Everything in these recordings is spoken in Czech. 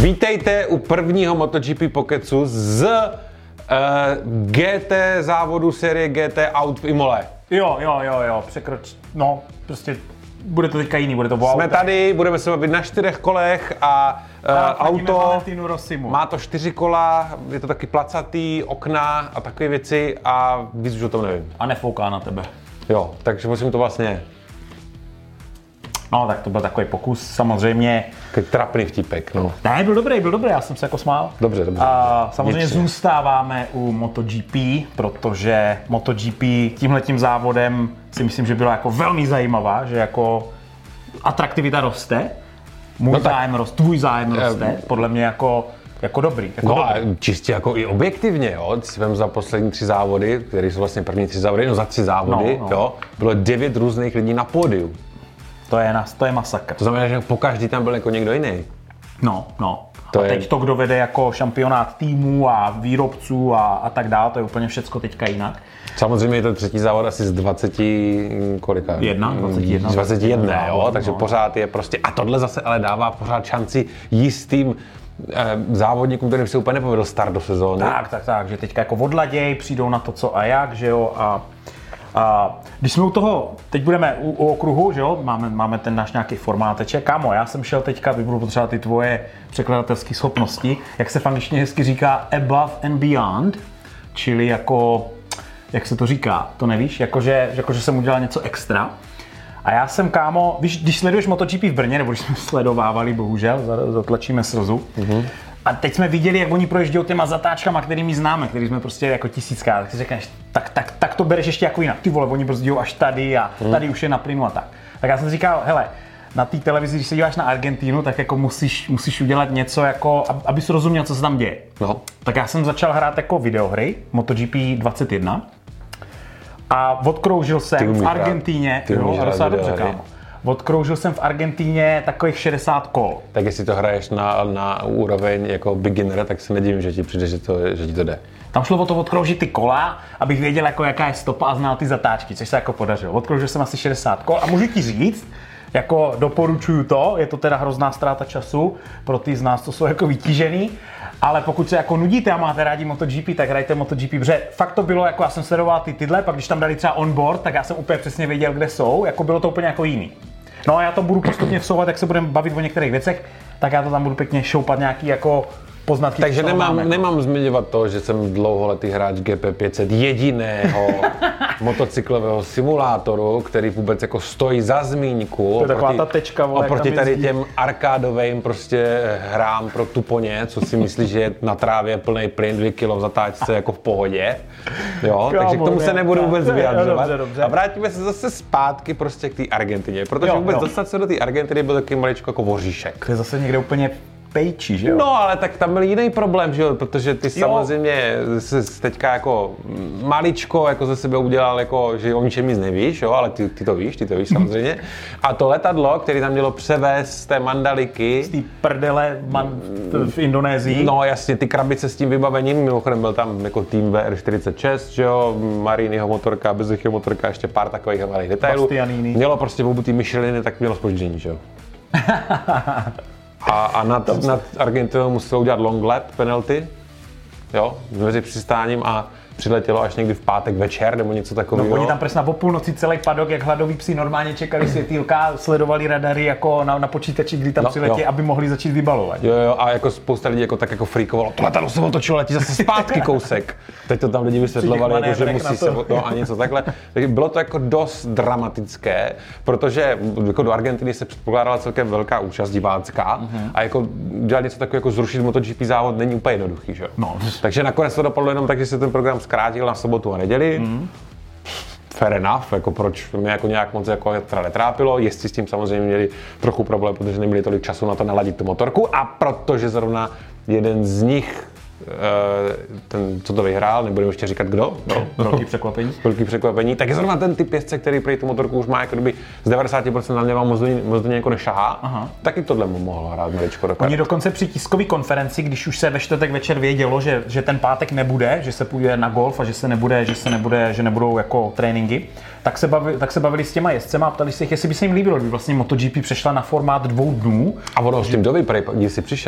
Vítejte u prvního MotoGP Pokecu z GT závodu série GT Aut v Imole. Jo, no, prostě bude to teďka jiný, bude to Jsme tady, budeme se bavit na 4 kolech a auto má to 4 kola, je to taky placatý, okna a takové věci a víc už o tom nevím. A nefouká na tebe. Jo, takže musím to vlastně... No, tak to byl takový pokus, samozřejmě. Takový trapný vtipek, no. Ne, byl dobrý, já jsem se jako smál. Dobře. A samozřejmě zůstáváme u MotoGP, protože MotoGP tímhletím závodem si myslím, že byla jako velmi zajímavá, že jako atraktivita roste. Můj zájem roste, tvůj zájem roste, podle mě jako dobrý. A čistě jako i objektivně, jo, si vem za poslední 3 závody, které jsou vlastně první 3 závody, no za 3 závody, jo, bylo 9 různých lidí na pódiu. To je masakr. To znamená, že po každý tam byl jako někdo jiný. No. Teď to, kdo vede jako šampionát týmů a výrobců a tak dále, to je úplně všecko teďka jinak. Samozřejmě je to třetí závod asi z 20, kolika? 21, jo, takže pořád je prostě, a tohle zase ale dává pořád šanci jistým závodníkům, kterým se úplně nepovedl start do sezóny. Tak, že teďka jako odladěj, přijdou na to, co a jak, že jo, a když jsme u toho, teď budeme u okruhu, že jo, máme ten náš nějaký formáteček. Kámo, já jsem šel teďka, budu potřebovat ty tvoje překladatelské schopnosti, jak se v angličtině hezky říká above and beyond, čili jako, jak se to říká, to nevíš, jakože jsem udělal něco extra. A já jsem, kámo, víš, když sleduješ MotoGP v Brně, nebo když jsme sledovávali, bohužel, zatlačíme slzu, a teď jsme viděli, jak oni projíždějí těma zatáčkama, kterými známe, který jsme prostě jako tisíckrát, tak si řekneš, tak to bereš ještě jako jinak. Ty vole, oni prostě jdou až tady a tady už je na plynu a tak. Tak já jsem říkal, hele, na té televizi, když se díváš na Argentínu, tak jako musíš udělat něco, jako, abys rozuměl, co se tam děje. No. Tak já jsem začal hrát jako videohry, MotoGP 21, a odkroužil jsem v Argentíně, odkroužil jsem v Argentíně takových 60 kol. Tak jestli to hraješ na úroveň jako beginner, tak se nedivím, že ti přijde, že ti to jde. Tam šlo o to odkroužit ty kola, abych věděl, jako, jaká je stopa a znal ty zatáčky, což se jako podařilo. Odkroužil jsem asi 60 kol a můžu ti říct, jako doporučuju to, je to teda hrozná ztráta času pro ty z nás, co jsou jako vytížený, ale pokud se jako nudíte a máte rádi MotoGP, tak hrajte MotoGP, protože fakt to bylo, jako já jsem sledoval ty tyhle, pak když tam dali třeba onboard, tak já jsem úplně přesně věděl, kde jsou, jako bylo to úplně jako jiný. No a já to budu postupně vsouvat, jak se budeme bavit o některých věcech, tak já to tam budu pěkně šoupat nějaký jako poznatky. Takže nemám zmiňovat to, že jsem dlouholetý hráč GP500 jediného motocyklového simulátoru, který vůbec jako stojí za zmínku. To je taková ta tečka, vole, oproti tady těm arkádovým prostě hrám pro tuponě, co si myslí, že je na trávě plný plyn, 2 kg v zatáčce jako v pohodě. Jo, takže k tomu se nebudu vůbec vyjadřovat. Dobře. A vrátíme se zase zpátky prostě k té Argentině, protože vůbec dostat se do té Argentiny byl taky maličko jako voříšek. To je zase někde úplně pejčí, že jo? No, ale tak tam byl jiný problém, že jo, protože ty samozřejmě jsi teďka jako maličko jako ze sebe udělal, jako, že o ničem nic nevíš, jo, ale ty to víš samozřejmě. A to letadlo, které tam mělo převést z té Mandaliky. Z té prdele v Indonésii. No jasně, ty krabice s tím vybavením, mimochodem byl tam jako tým VR46, že jo, Mariniho motorka, Bezuchyho motorka, ještě pár takových malých detailů. Bastianini. Mělo prostě obutý Micheliny, tak mělo zpoždění, že jo. A nad Argentinou musel udělat long lap penalty, jo, mezi přistáním a přiletělo až někdy v pátek večer nebo něco takového. No, oni tam presně o půlnoci celý padok, jak hladoví psi normálně čekali světýlka, sledovali radary jako na počítači, kdy tam přiletí, aby mohli začít vybalovat. Jo, a jako spousta lidí jako tak jako freakovalo, to letadlo se otočilo, letí zase zpátky kousek. Teď to tam lidi vysvětlovali, jako, že musí se a něco takhle. Takže bylo to jako dost dramatické, protože jako do Argentiny se předpokládala celkem velká účast divácká a jako dělat něco takového jako zrušit MotoGP závod není úplně jednoduchý, že? No. Takže nakonec to dopadlo jenom tak, že se ten program zkrátil na sobotu a neděli. Fair enough, jako proč mě jako nějak moc jako netrápilo. Jezdci s tím samozřejmě měli trochu problém, protože neměli tolik času na to naladit tu motorku a protože zrovna jeden z nich, ten, co to vyhrál, nebudeme ještě říkat kdo. Velký překvapení. Tak je zrovna ten typ jezdce, který prý tu motorku už má jako kdyby z 90% na mě moc do něj jako nešahá. Taky tohle mu mohlo hrát maličko do karty. Oni dokonce při tiskové konferenci, když už se ve čtvrtek večer vědělo, že ten pátek nebude, že se půjde na golf a že nebudou jako tréninky, tak se bavili s těma jezdcema a ptali se jich, jestli by se jim líbilo, kdyby vlastně MotoGP přešla na formát 2 dnů. A ono s tím doby, když jsi přišel.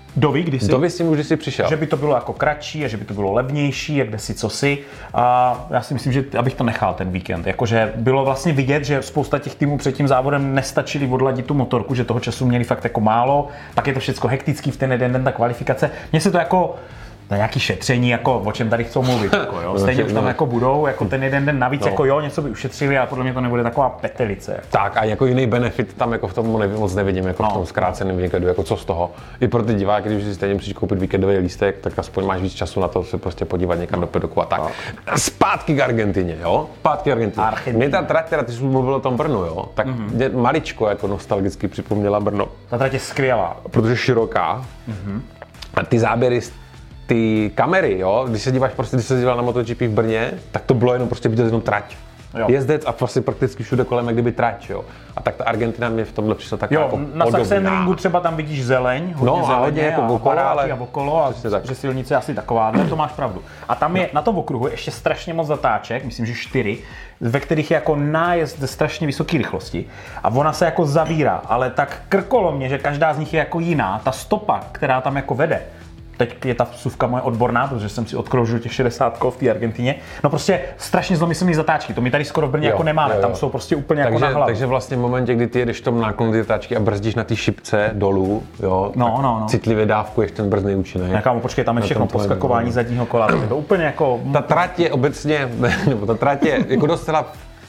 Dovi kdysi? Dovi s tím už kdysi přišel. Že by to bylo jako kratší a že by to bylo levnější, jak kde si cosi. A já si myslím, že abych to nechal ten víkend. Jakože bylo vlastně vidět, že spousta těch týmů před tím závodem nestačili odladit tu motorku, že toho času měli fakt jako málo. Pak je to všechno hektický v ten jeden den, ta kvalifikace. Mně se to jako na nějaký šetření, jako o čem tady chcou mluvit, jako, jo. Stejně už tam jako budou, jako ten jeden den navíc, jako jo, něco by ušetřili, ale podle mě to nebude taková petelice. Jako. Tak a jako jiný benefit tam jako v tom moc nevidím, jako v tom zkráceném víkendu, jako co z toho. I pro ty diváky, když si stejně přijdeš koupit víkendový lístek, tak aspoň máš víc času na to se prostě podívat někam do pedoku a tak. Zpátky k Argentině, jo? Zpátky k Argentině. Mě ta trať, teda ty jsi mluvil o tom Brnu, jo? Tak mě maličko jako nostalgicky připomněla Brno. Ta trať je skvělá. Protože široká. A ty záběry, ty kamery, jo, když se díval na MotoGP v Brně, tak to bylo jenom prostě vidět jenom trať. Jo. Jezdec a vlastně prakticky všude kolem jak kdyby trať, jo. A tak ta Argentina mě v tomhle přišla taková jako na Sachsenringu třeba tam vidíš zeleň, hodně jako okolo, ale okolo a že silnice je asi taková, to máš pravdu. A tam je na tom okruhu ještě strašně moc zatáček, myslím, že 4, ve kterých je jako nájezd ze strašně vysoké rychlosti a ona se jako zavírá, ale tak krkolomně, že každá z nich je jako jiná, ta stopa, která tam jako vede. Teď je ta vsuvka moje odborná, protože jsem si odkroužil těch 60 kol v té Argentině. No prostě strašně zlomyslný zatáčky, to my tady skoro v Brně jako nemáme, tam jsou prostě úplně jako na hlavu. Takže vlastně v momentě, kdy ty jedeš v tom náklonu ty zatáčky a brzdíš na ty šipce dolů, jo, citlivě dávkuješ ten brzdný účinek. Kámo, počkej, tam je všechno poskakování zadního kola, to je úplně jako... Ta trať je obecně, nebo ta trať je jako docela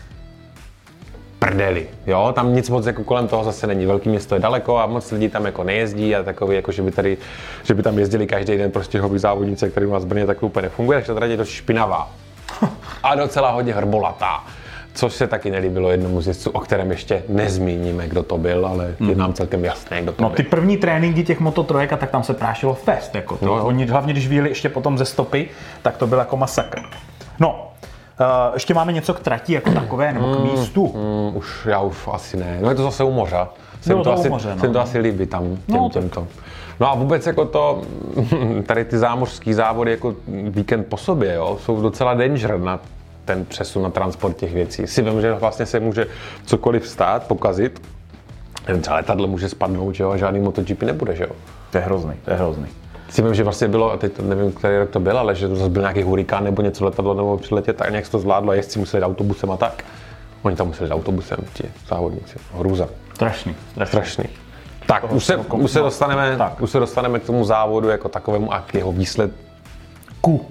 prdeli, jo, tam nic moc jako kolem toho zase není, velký město je daleko a moc lidí tam jako nejezdí a takový jako, že by tam jezdili každý den prostě hobby závodnice, který u nás v Brně tak úplně nefunguje, takže ta trať je dost špinavá a docela hodně hrbolatá, což se taky nelíbilo jednomu z jezdců, o kterém ještě nezmíníme, kdo to byl, ale je nám celkem jasné, kdo to byl. Ty první tréninky těch Moto3, tak tam se prášilo fest, jako to. Oni hlavně když vyjeli ještě potom ze stopy, tak to byl jako masakr. No, ještě máme něco k trati jako takové, nebo k místu? Já už asi ne. No je to zase u moře. Jsem to asi líbí tam těmto. No a vůbec jako to, tady ty zámořský závody jako víkend po sobě, jo, jsou docela danger na ten přesun na transport těch věcí. Si vím, že vlastně se může cokoliv stát, pokazit. Třeba letadlo může spadnout, že jo, a žádný MotoGP nebude, že jo. To je hrozný. Si vím, že vlastně bylo, teď nevím, který rok to byl, ale že to zase byl nějaký hurikán nebo něco letadlo nebo přiletět, tak nějak se to zvládlo a jezdci museli jít autobusem a tak. Oni tam museli jít autobusem, ti závodníci. Hrůza. Strašný. Tak, už se dostaneme k tomu závodu jako takovému a k jeho výsledku.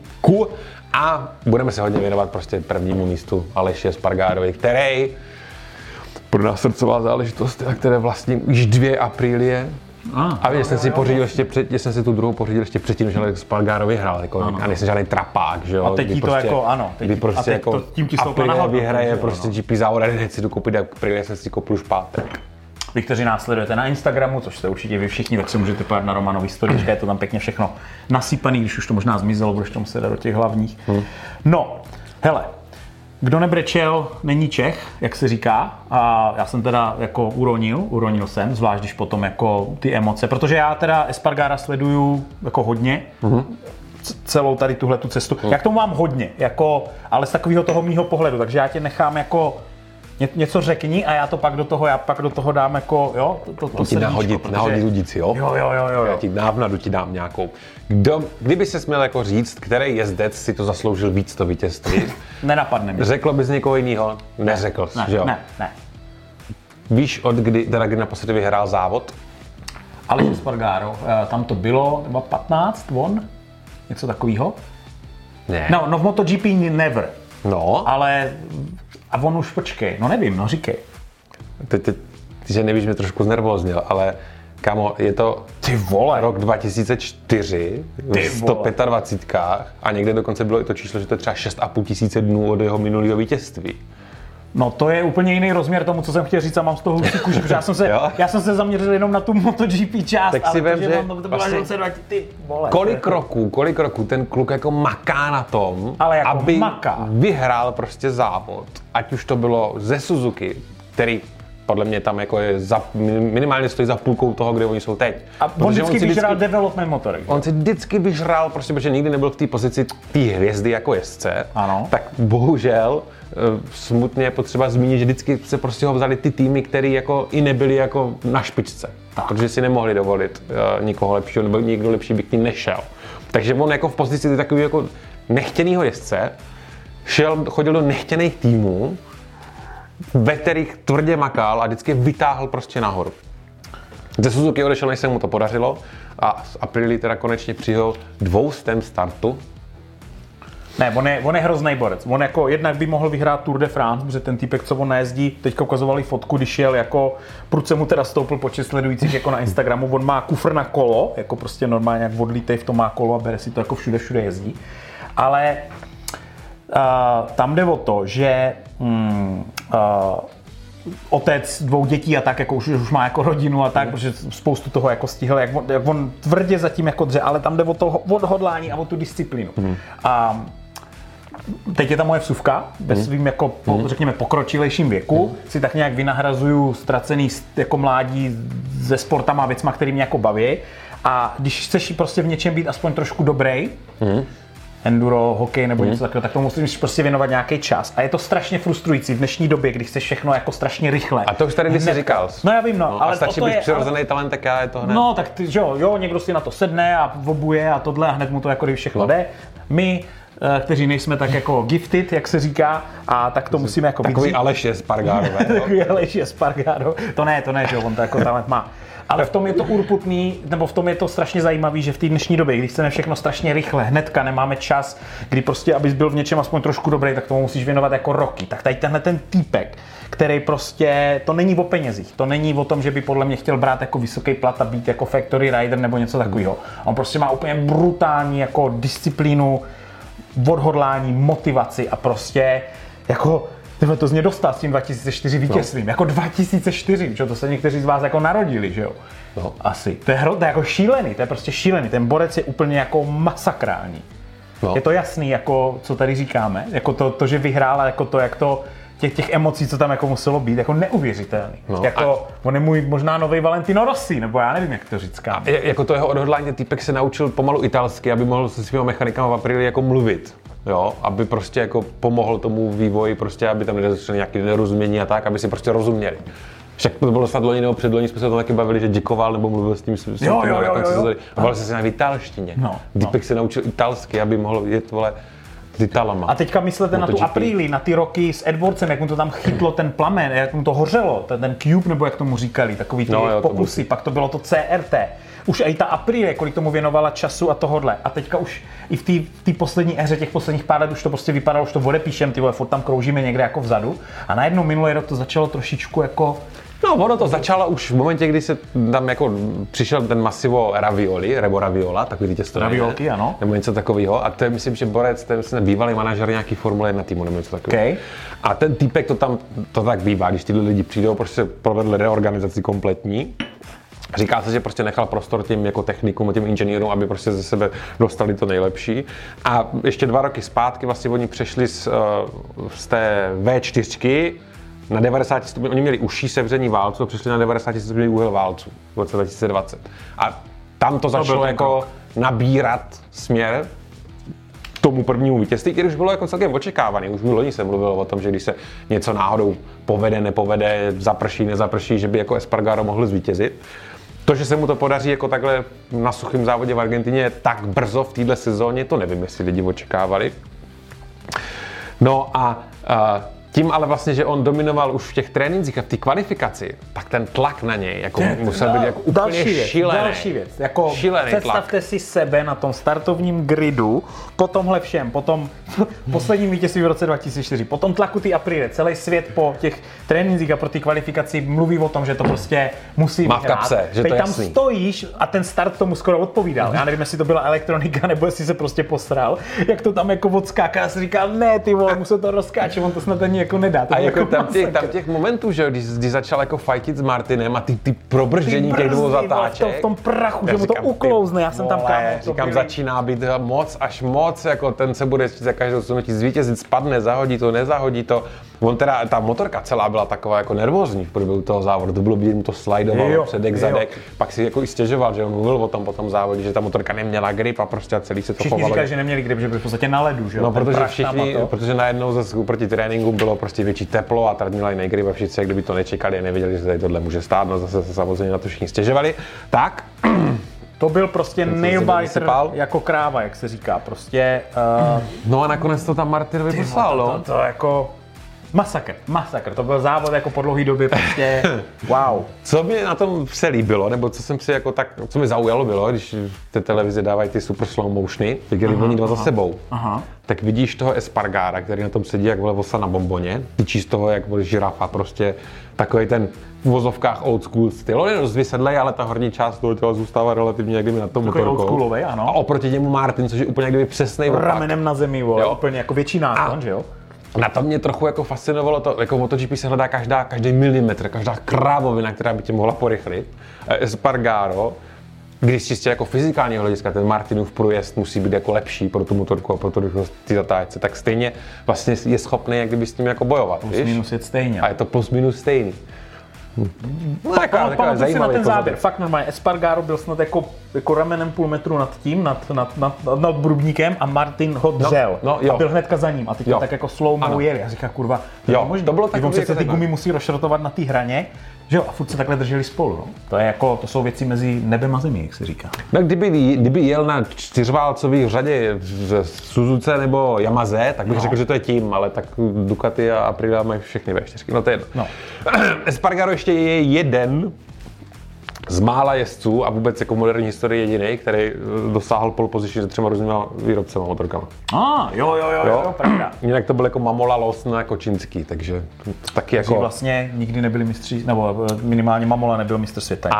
A budeme se hodně věnovat prostě prvnímu místu Aleši Espargarovi, který pro nás srdcová záležitost, které vlastně už 2 Aprilie. A jsem si tu druhou pořídil ještě předtím, než Espargaro vyhrál, jako, a nejsem žádný trapák, že jo. A teď to jako, ano. Kdy prostě jako Aprilia vyhraje prostě GP závod a hned si tu koupit Aprilia, jsem si koupil už pátek. Vy, kteří nás sledujete na Instagramu, což jste určitě vy všichni, tak se můžete podívat na Romanový storíčka, je to tam pěkně všechno nasypaný, když už to možná zmizelo, budeš tomu se dát do těch hlavních. No, hele, kdo nebrečel, není Čech, jak se říká, a já jsem teda jako uronil jsem, zvlášť když potom jako ty emoce, protože já teda Espargara sleduju jako hodně, celou tady tuhletu cestu. Já k tomu mám hodně, jako, ale z takového toho mýho pohledu, takže já tě nechám jako něco řekni a já pak do toho dám jako, jo, to ti nahodit udici, jo? Jo. Já ti návnadu ti dám nějakou. Kdyby ses měl jako říct, který jezdec si to zasloužil víc to vítězství? Nenapadne mi. Řekl bys někoho jiného? Neřekl jsi, že jo? Ne. Víš, kdy naposledy vyhrál závod? Aleš Espargaro, tam to bylo, 15 von? Něco takového? Ne. No v MotoGP never. No. Ale a on už počkej, no nevím, říkej. Ty že nevíš, mě trošku znervóznil, ale kamo, je to rok 2004 v 125 a někde dokonce bylo i to číslo, že to je třeba 6,5 tisíce dnů od jeho minulého vítězství. No to je úplně jiný rozměr tomu, co jsem chtěl říct a mám z toho hustý kůži, protože já jsem se zaměřil jenom na tu MotoGP část, tak si vem, že to bylo vlastně, ty vole. Kolik roků ten kluk jako maká na tom, jako aby vyhrál prostě závod, ať už to bylo ze Suzuki, který podle mě tam jako je minimálně stojí za půlkou toho, kde oni jsou teď. A on vždycky vyžral development motory. On si vždycky vyžral, prostě, protože nikdy nebyl v té pozici té hvězdy jako jezdce. Ano. Tak bohužel smutně je potřeba zmínit, že vždycky se prostě ho vzali ty týmy, které jako i nebyly jako na špičce. Tak. Protože si nemohli dovolit nikoho lepšího, nebo nikdo lepší by k ním nešel. Takže on jako v pozici takového jako nechtěného jezdce chodil do nechtěných týmů, ve kterých tvrdě makal a vždycky vytáhl prostě nahoru. Ze Suzuki odešel, než se mu to podařilo a z Aprilia teda konečně přijel 200. startu. Ne, on je hrozný borec. On jako jednak by mohl vyhrát Tour de France, protože ten týpek, co on nejezdí, teďka ukazovali fotku, když jel jako, prudce mu teda stoupil počet sledujících jako na Instagramu, on má kufr na kolo, jako prostě normálně jak odlítej v tom má kolo a bere si to jako všude jezdí. Ale tam jde o to, že otec 2 dětí a tak, jako už má jako rodinu a tak, protože spoustu toho jako stihl, jak on tvrdě zatím jako dře, ale tam jde o to odhodlání a o tu disciplínu. A teď je ta moje vsuvka, ve svým jako, řekněme, pokročilejším věku, si tak nějak vynahrazuju ztracený jako mládí se sportama a věcma, který mě jako baví. A když chceš prostě v něčem být aspoň trošku dobrý, enduro, hokej nebo něco takového, tak tomu musíš prostě věnovat nějaký čas. A je to strašně frustrující v dnešní době, když chceš všechno jako strašně rychle. A to už tady jsi říkal. No já vím, no. Ale a stačí být přirozený talent, tak já je to hned. No tak ty, jo, někdo si na to sedne a obuje a tohle a hned mu to jako všechno jde. My, kteří nejsme tak jako gifted, jak se říká, a tak to musíme jako takový Aleš Espargaro. Takový Aleš Espargaro. To ne, že on to jako talent má. Ale v tom je to urputný, nebo v tom je to strašně zajímavý, že v té dnešní době, když chceme všechno strašně rychle, hnedka, nemáme čas, kdy prostě, abys byl v něčem aspoň trošku dobrý, tak tomu musíš věnovat jako roky. Tak tady tenhle ten týpek, který prostě, to není o penězích, to není o tom, že by podle mě chtěl brát jako vysoký plat a být jako factory rider nebo něco takového. On prostě má úplně brutální jako disciplínu, odhodlání, motivaci a prostě jako to z něj dostal s tím 2004 vítězstvím. No. Jako 2004, že to se někteří z vás jako narodili, že jo? No. Asi. To je jako šílený, to je prostě šílený. Ten borec je úplně jako masakrální. No. Je to jasný, jako co tady říkáme, jako to že vyhrál, jako to, jak to těch emocí, co tam jako muselo být, jako neuvěřitelný. No. Jako on je můj možná nový Valentino Rossi, nebo já nevím, jak to říká. Jako to jeho odhodlání, ten týpek se naučil pomalu italsky, aby mohl se svými mechanikama v Aprilii jako mluvit. Jo, aby prostě jako pomohl tomu vývoji, prostě, aby tam nedošlo nějaké nerozumění a tak, aby si prostě rozuměli. Však to bylo snad loni nebo předloni, jsme se to taky bavili, že děkoval nebo mluvil s tím a bavil se na italštině. Týpek se naučil italsky, aby mohl jet, vole, s Italama. A teďka myslete na tu Aprilii, na ty roky s Edwardsem, jak mu to tam chytlo ten plamen, jak mu to hořelo, ten Cube, nebo jak tomu říkali, takový ty pokusy, pak to bylo to CRT. Už i ta Aprilie, kolik tomu věnovala času a tohodle. A teďka už i v té poslední éře, těch posledních pár let už to prostě vypadalo, už to odepíšem, ty vole, furt tam kroužíme někde jako vzadu. A najednou minulý rok to začalo trošičku jako... No, ono to začalo už v momentě, kdy se tam jako přišel ten Massivo Ravioli, nebo Raviola, takový těsto. Raviolky, ano. Nebo něco takového. A to je, myslím, že borec, to je bývalý manažer nějaký Formule 1 týmu, nebo něco takového. Okay. A ten týpek to tak bývá, když tyhle lidi přijdou, prostě provedli reorganizaci kompletní. Říká se, že prostě nechal prostor těm jako technikům a těm inženýrům, aby prostě ze sebe dostali to nejlepší. A ještě 2 roky zpátky vlastně oni přešli z té V4 na 90 stupňů. Oni měli užší sevření válců a přešli na 90 stupňů úhel válců v roce 2020. A tam to začalo jako nabírat směr k tomu prvnímu vítězství, který už bylo jako celkem očekávaný. Už loni se mluvilo o tom, že když se něco náhodou povede, nepovede, zaprší, nezaprší, že by jako Espargaro mohl zvítězit. To, že se mu to podaří jako takhle na suchém závodě v Argentině tak brzo v této sezóně, to nevím, jestli lidi očekávali. No a tím ale vlastně, že on dominoval už v těch trénincích a v té kvalifikaci, tak ten tlak na něj jako musel být jako úplně šílený. Další věc. Jako představte si sebe na tom startovním gridu, po tomhle všem, po tom posledním vítězství v roce 2004, po tom tlaku té Aprilie, celý svět po těch trénincích a pro té kvalifikaci mluví o tom, že to prostě musí vyhrát. Má v kapse, že to je jasný. Tam stojíš a ten start tomu skoro odpovídal. Já nevím, jestli to byla elektronika, nebo jestli se prostě posral, jak to tam jako odskáká a si říkal, ne ty vole, musel to rozskáčet, on to snad ani jako nedá. A jako tam těch momentů, že když začal jako fajtit s Martinem a ty probrždění těch 2 zatáček. V tom prachu, že mu to uklouzne, já jsem tam říkám, začíná být moc, až moc, jako ten se bude za každou sunutí zvítězit, spadne, zahodí to, nezahodí to. On teda, ta motorka celá byla taková jako nervózní v průběhu toho závodu, to bylo vidět, mu to slidovalo předek, zadek, pak si jako i stěžoval, že on mluvil o tom po tom závodě, že ta motorka neměla grip a prostě a celý se to chovalo. Všichni říkali, že neměli grip, že byli v podstatě na ledu, že jo? No, protože najednou zase proti tréninku bylo prostě větší teplo a tady měla jiný grip a všichni, kdyby to nečekali a nevěděli, že tady tohle může stát, no zase se samozřejmě na to všichni stěžovali. Tak. To byl prostě nailbiter jako kráva, jak se říká, prostě. No a nakonec to tam Martin vyposlal, no. To jako masakr, to byl závod jako po dlouhý době prostě, wow. Co mě na tom se líbilo, nebo co jsem si jako tak, co mi zaujalo bylo, když ty televize dávají ty super slow motiony, jak jeli oni dva za sebou, tak vidíš toho Espargara, který na tom sedí jak vosa na bomboně, tyčí z toho jak žirafa, prostě takový ten v vozovkách old school styl. On je dost vysedlej, ale ta horní část toho těla zůstává relativně jak kdyby na tom motorkou. Old schoolovej, ano. A oproti němu Martin, což je úplně jak kdyby přesnej opak. Ramenem na zemi, vole, úplně jako větší náklon, že jo? Na to mě trochu jako fascinovalo to, jako MotoGP se hledá každý milimetr, každá krávovina, která by tě mohla porychlit. Espargaro, když čistě jako fyzikálního hlediska ten Martinův průjezd musí být jako lepší pro tu motorku a pro tu rychlost té zatáčce, tak stejně vlastně je schopný jak kdyby s tím jako bojovat. Plus minus je stejně. A je to plus minus stejný. No, pamatuju si na ten záběr, fakt normálně, Espargaro byl snad jako ramenem půl metru nad tím, nad Brubníkem a Martin ho dřel a byl hnedka za ním a teď tak jako slow-mo jeli a říká kurva, to bylo takový, se ty gumy musí rozšrotovat na té hraně, že jo, a furt se takhle drželi spolu, no. To jsou věci mezi nebem a zemí, jak se říká. No kdyby jel na čtyřválcový řadě v Suzuce nebo Yamaze, tak bych řekl, že to je tím, ale tak Ducati a Aprilia mají všechny V4, no to je jedno. No. Espargaro ještě je jeden z mála jezdců a vůbec jako moderní historii jediný, který dosáhl pole position se 3 různýma výrobcema motorkama. Jo, pravda. Jinak to byl jako Mamola, Lawson a Kočinský, takže taky jako... vlastně nikdy nebyli mistři, nebo minimálně Mamola nebyl mistr světa.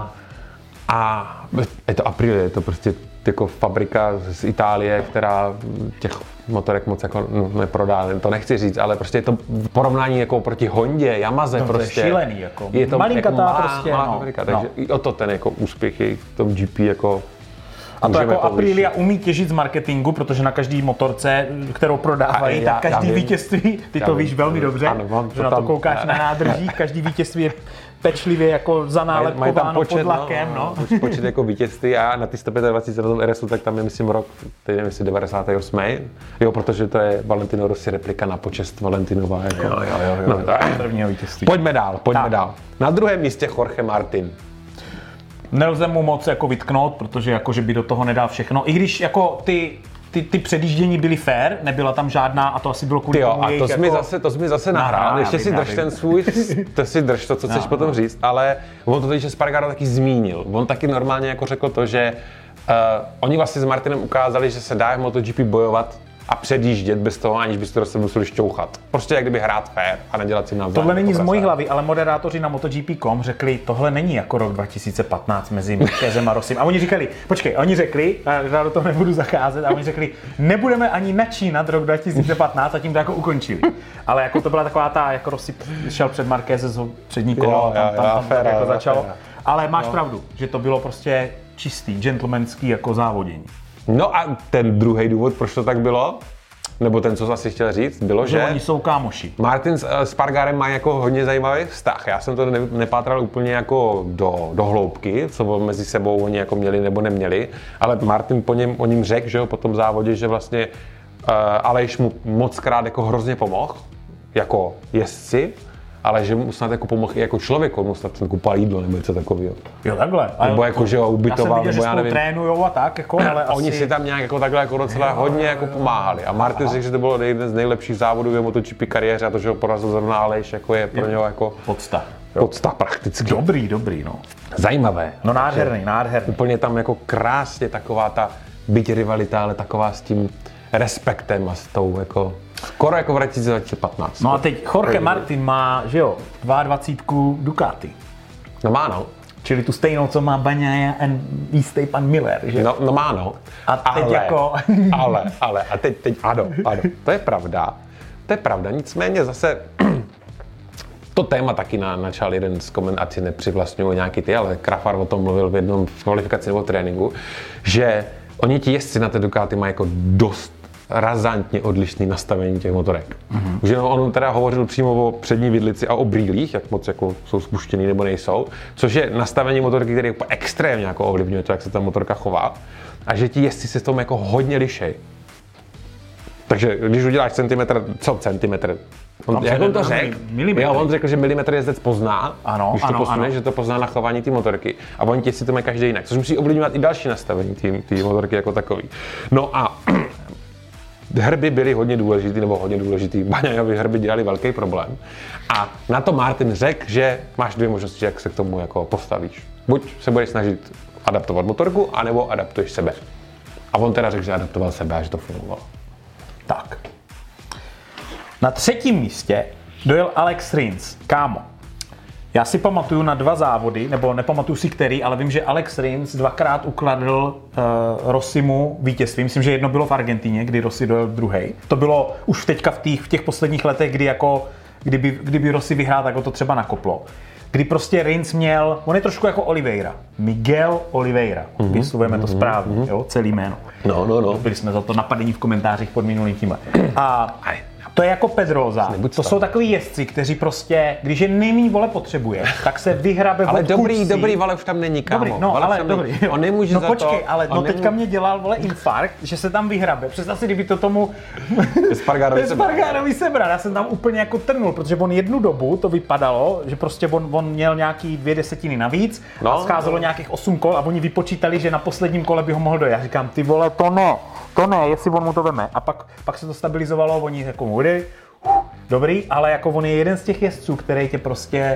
A je to Aprilia, je to prostě jako fabrika z Itálie, která těch motorek moc jako neprodá, to nechci říct, ale prostě je to v porovnání jako proti Hondě, Yamaze no, prostě. To je šílený, jako je to malinkatá jako prostě, malá fabrika, takže i o to ten jako úspěch je v tom GP jako a to jako Aprilia umí těžit z marketingu, protože na každý motorce, kterou prodávají, tak každý vítězství, ty to víš velmi dobře, že na to koukáš na nádržích, každý vítězství je pečlivě jako zanálepkováno pod lakem, no. Počet jako vítězství a na ty 125 na tom RSu, tak tam je myslím rok, teď nevím, jestli 98. Jo, protože to je Valentino Rossi replika na počest Valentinova. Jako. Jo. No, prvního vítězství. Pojďme dál. Na druhém místě Jorge Martin. Nelze mu moc jako vytknout, protože jako, že by do toho nedal všechno. I když jako ty předjíždění byly fair, nebyla tam žádná a to asi bylo kvůli tomu jejich to jsi mi zase nahrál, ještě si drž ten svůj, co chceš potom říct, ale on to teď Espargaro taky zmínil. On taky normálně jako řekl to, že oni vlastně s Martinem ukázali, že se dá v MotoGP bojovat a předjíždět bez toho, aniž byste do sebe museli šťouchat. Prostě jak kdyby hrát fair a nedělat si navzájem. Tohle není z mojí hlavy, ale moderátoři na MotoGP.com řekli, tohle není jako rok 2015 mezi Márquezem a Rossim. A oni říkali, oni řekli, já do toho nebudu zacházet, a oni řekli, nebudeme ani načínat rok 2015 a tím to jako ukončili. Ale jako to byla taková ta, jako Rossi šel před Márquezem přední kolo, tam jako začalo. Ale máš pravdu, že to bylo prostě čistý, gentlemanský jako závodění. No a ten druhý důvod, proč to tak bylo, nebo ten, co jsi asi chtěl říct, bylo, že oni jsou kámoši. Martin s Espargarem má jako hodně zajímavý vztah. Já jsem to nepátral úplně jako do hloubky, co mezi sebou oni jako měli nebo neměli, ale Martin o ním řekl, že jo, po tom závodě, že vlastně Aleš mu mockrát jako hrozně pomohl, jako jezdci, ale že mu snad jako pomohl i jako člověku, mu snad kupal jídlo nebo něco takového. Jo, takhle. Nebo jako, že ho ubytoval, nebo já nevím. Trénujou a tak, jako, ale oni asi... si tam nějak jako takhle jako docela hodně jako pomáhali. A Martin řekl, že to bylo jeden z nejlepších závodů v MotoGP kariéře a to, že ho porazil zrovna Aleš, jako je pro něho jako podsta prakticky. Dobrý, no. Zajímavé. No nádherný. Úplně tam jako krásně taková ta byť rivalita, ale taková s tím respektem a s tou jako skoro jako v roce 2015. No a teď Jorge Martin má, že jo, 22 Ducati. No má, no. Čili tu stejnou, co má Bagnaia a jistý pan Miller, že? No má, no. A teď jako... ale, a teď, ano, to je pravda. Nicméně zase to téma taky načal jeden z ať si nepřivlastňují nějaký ty, ale Krafar o tom mluvil v jednom kvalifikaci nebo tréninku, že oni ti jezdci na té Ducati mají jako dost razantně odlišný nastavení těch motorek. Už jenom on teda hovořil přímo o přední vidlici a o brýlích, jak moc jako jsou spuštěný nebo nejsou, což je nastavení motorky, které extrémně jako ovlivňuje to, jak se ta motorka chová, a že ti jezdci se v tom jako hodně lišej. Takže když uděláš centimetr? Jak on to řekl? On řekl, že milimetr jezdec pozná, když to posune, že to pozná na chování té motorky. A oni si to mají každý jinak, což musí ovlivňovat i další nastavení té motorky jako takový. No a hrby byly hodně důležitý. Baňajovy hrby dělali velký problém. A na to Martin řekl, že máš dvě možnosti, jak se k tomu jako postavíš. Buď se budeš snažit adaptovat motorku, anebo adaptuješ sebe. A on teda řekl, že adaptoval sebe a že to fungovalo. Tak. Na třetím místě dojel Alex Rins. Kámo, já si pamatuju na 2 závody, nebo nepamatuju si který, ale vím, že Alex Rins 2krát ukradl Rossimu vítězství. Myslím, že jedno bylo v Argentíně, kdy Rossi dojel druhej. To bylo už teďka v těch posledních letech, kdy jako, kdyby Rossi vyhrál, tak ho to třeba nakoplo. Kdy prostě Rins měl, on je trošku jako Oliveira. Miguel Oliveira. Vyslovujeme to správně, jo, celý jméno. No. Byli jsme za to napadení v komentářích pod minulým tímhle. A to je jako Pedrosa. To jsou takový jezdci, kteří prostě, když je nejméně vole potřebuje, tak se vyhrabe ale dobrý vole už tam není, kámo. Dobrý, no, ale dobrý. On nemůže za počkej, to. Ale teďka mě dělal vole infarkt, že se tam vyhrabe. Představ si, kdyby to tomu Espargarovi sebral. Já jsem tam úplně jako trnul, protože on jednu dobu to vypadalo, že prostě on měl nějaký 2/10 navíc a scházelo nějakých 8 kol a oni vypočítali, že na posledním kole by ho mohl dojet. Já říkám, ty vole, to ne, jestli on mu to veme. A pak se to stabilizovalo, oni jako můj, dobrý, ale jako on je jeden z těch jezdců, který tě prostě...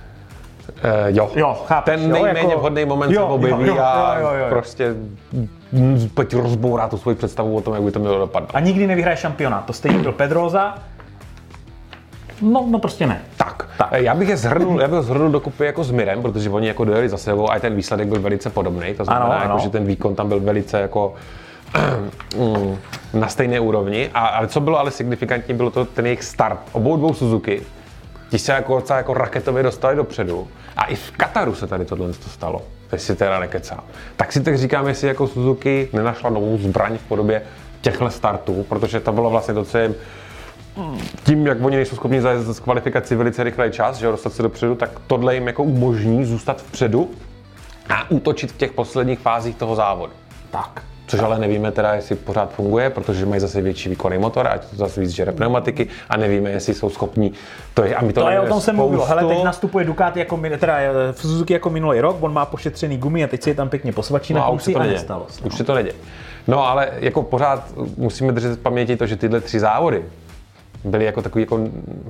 Jo, chápeš, ten nejméně vhodný moment se objeví a prostě rozbourá tu svoji představu o tom, jak by to mělo dopadnout. A nikdy nevyhraje šampionát, to stejně byl Pedrosa. No prostě ne. Tak. Já bych ho zhrnul dokupy jako s Mirem, protože oni jako dojeli za sebou a ten výsledek byl velice podobný. To znamená, jako, že ten výkon tam byl velice jako na stejné úrovni. Ale co bylo ale signifikantní, bylo to ten jejich start. Obou dvou Suzuki, ti se jako raketově dostali dopředu. A i v Kataru se tady tohle stalo, teď si teda nekecám. Tak si tak říkám, jestli jako Suzuki nenašla novou zbraň v podobě těchto startů, protože to bylo vlastně to, co jim tím, jak oni nejsou schopni zajet z kvalifikaci velice rychlej čas, že dostat se dopředu, tak tohle jim jako umožní zůstat vpředu a útočit v těch posledních fázích toho závodu. Tak. Což ale nevíme teda, jestli pořád funguje, protože mají zase větší výkonný motor, ať to zase víc žere pneumatiky a nevíme, jestli jsou schopní to je. A my to je o tom jsem mluvil. Hele, teď nastupuje Ducati jako v Suzuki jako minulý rok, on má pošetřený gumy a teď si je tam pěkně posvačí na konci a nestalo. Už se to neděje. No ale jako pořád musíme držet v paměti to, že tyhle 3 závody byly jako takový jako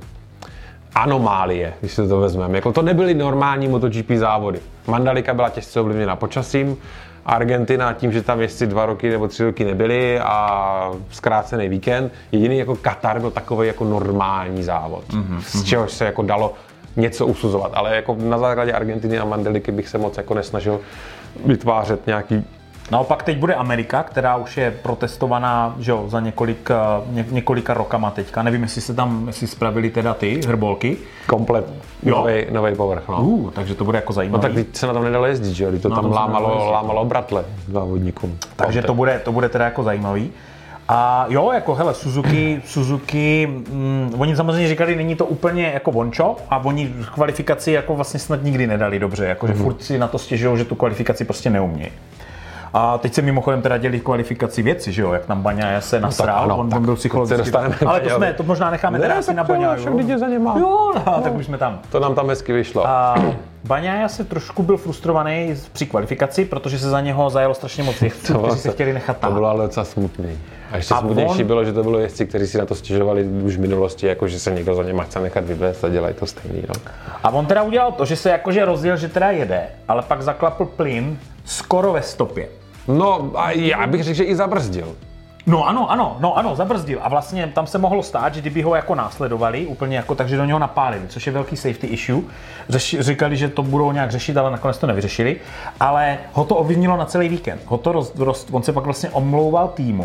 anomálie, když se to vezmeme. Jako to nebyly normální MotoGP závody. Mandalika byla těžce ovlivněna počasím, Argentina tím, že tam jezdci 2 roky nebo 3 roky nebyli a zkrácený víkend. Jediný jako Katar byl takový jako normální závod, z čehož se jako dalo něco usuzovat. Ale jako na základě Argentiny a Mandaliky bych se moc jako nesnažil vytvářet nějaký. Naopak teď bude Amerika, která už je protestovaná, že jo, za několika rokama teďka. Nevím, jestli spravili teda ty hrbolky. Komplet nový povrch, no. Takže to bude jako zajímavé. No tak se na tom nedalo jezdit, že jo, to tam lámalo bratle závodníkům. Takže to bude teda jako zajímavý. A jo, jako hele, Suzuki, oni samozřejmě říkali, není to úplně jako vončo a oni kvalifikaci jako vlastně snad nikdy nedali dobře, jakože furt si na to stěžují, že tu kvalifikaci prostě neumějí. A teď se mimochodem teda dělí kvalifikaci věci, že jo, jak tam Baňaja se nasrál, on byl psychologicky. Ale to možná necháme teda asi na Baňaju. Jo, tak už jsme tam. To nám tam hezky vyšlo. A Baňaja se trošku byl frustrovaný při kvalifikaci, protože se za něho zajelo strašně moc jezdců, kteří se chtěli nechat tahat. To bylo ale docela smutný. A ještě smutnější bylo, že to bylo jezdci, kteří si na to stěžovali už v minulosti, jako že se někdo za něma chce nechat vyvést a dělají to stejný. No. A on teda udělal to, že se jakože rozjel, že teda jede, ale pak zaklapl plyn skoro ve stopě. No a já bych řekl, že i zabrzdil. No ano, zabrzdil. A vlastně tam se mohlo stát, že kdyby ho jako následovali, úplně jako takže do něho napálili, což je velký safety issue. Říkali, že to budou nějak řešit, ale nakonec to nevyřešili. Ale ho to ovlivnilo na celý víkend. On se pak vlastně omlouval týmu.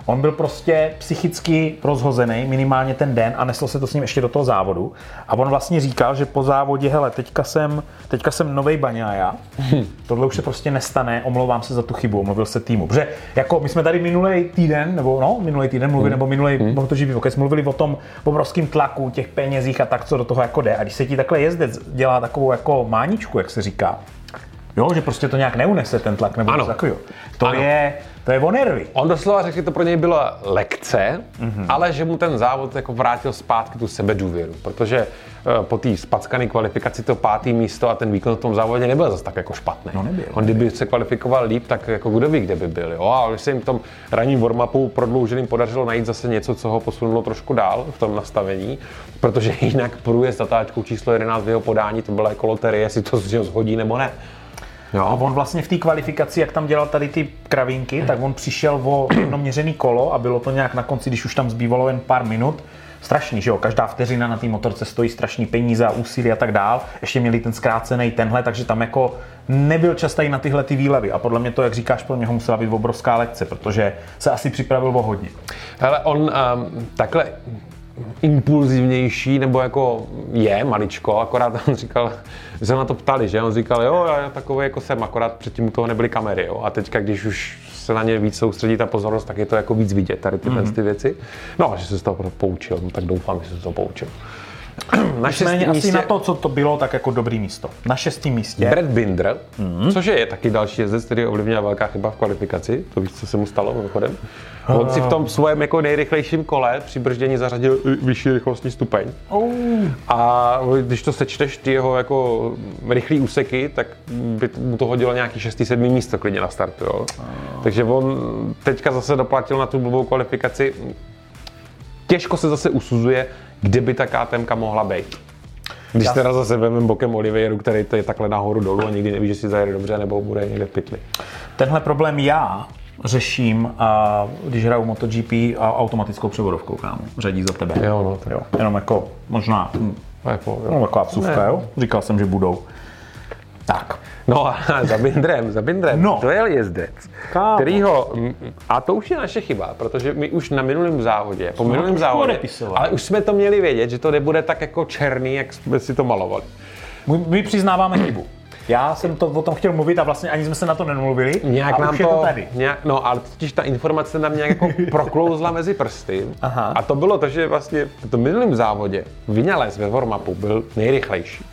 On byl prostě psychicky rozhozený minimálně ten den a neslo se to s ním ještě do toho závodu. A on vlastně říkal, že po závodě, hele, teďka jsem novej Bagnaia, tohle už se prostě nestane, omlouvám se za tu chybu, omluvil se týmu. Protože jako my jsme tady minulý týden mluvili, nebo minulý MotoGP podcast mluvili o tom obrovském tlaku, těch penězích a tak, co do toho jako jde. A když se ti takhle jezdec dělá takovou jako máničku, jak se říká, jo, že prostě to nějak neunese ten tlak nebo něco takového. To je o nervy. On doslova řekl, že to pro něj byla lekce, ale že mu ten závod jako vrátil zpátky tu sebedůvěru, protože po té spackané kvalifikaci to 5. místo a ten výkon v tom závodě nebyl zase tak jako špatný. No nebyl. On kdyby se kvalifikoval líp, tak jako kdo ví, kde by byl. Jo? A když se jim v tom ranním warm-upu prodlouženým podařilo najít zase něco, co ho posunulo trošku dál v tom nastavení, protože jinak průjezd zatáčkou číslo 11 v jeho podání, to byla jako loterie, jestli to z něho shodí nebo ne. Jo. A on vlastně v té kvalifikaci, jak tam dělal tady ty kravínky, tak on přišel o jedno měřený kolo a bylo to nějak na konci, když už tam zbývalo jen pár minut. Strašný, že jo, každá vteřina na té motorce stojí strašný peníze a úsilí a tak dál. Ještě měli ten zkrácený tenhle, takže tam jako nebyl čas tady na tyhle ty výlevy. A podle mě to, jak říkáš, pro něho musela být obrovská lekce, protože se asi připravil o hodně. Hele, on takhle impulzivnější, nebo jako je maličko, akorát on říkal, že se na to ptali, že on říkal, jo, já takový jako jsem, akorát předtím u toho nebyly kamery, jo, a teďka, když už se na ně víc soustředí ta pozornost, tak je to jako víc vidět, tady ty věci. No, že se z toho poučil, no, tak doufám, že se z toho poučil. Na šestém místě, asi na to, co to bylo, tak jako dobrý místo. Na 6. místě. Brad Binder, což je taky další jezdec, který ovlivnila velká chyba v kvalifikaci. To víš, co se mu stalo mimochodem. On si v tom svém jako nejrychlejším kole při brždění zařadil vyšší rychlostní stupeň. A když to sečteš ty jeho jako rychlý úseky, tak by mu to hodilo nějaký 6. 7. místo klidně na startu. Jo. Takže on teďka zase doplatil na tu blbou kvalifikaci. Těžko se zase usuzuje, kde by ta KTMka mohla být. Když teda zase vezmeme bokem Olivieru, který je takhle nahoru dolů a nikdy neví, že si zajede dobře nebo bude někde v pytli. Tenhle problém já řeším, když hraju MotoGP a automatickou převodovkou, kámo. Řadí za tebe. Jo, no, jo. Jenom jako možná taková vsuvka, jo. Říkal jsem, že budou. Tak. No a za Bindrem, no. To je jezdec, kterýho, a to už je naše chyba, protože my už na minulém závodě, po minulém závodě, ale už jsme to měli vědět, že to nebude tak jako černý, jak jsme si to malovali. My přiznáváme chybu. Já jsem to o tom chtěl mluvit a vlastně ani jsme se na to nemluvili nějak a už je to tady. No ale totiž ta informace nám nějak jako proklouzla mezi prsty. Aha. A to bylo to, že vlastně v tom minulém závodě Viñales ve warm-upu byl nejrychlejší.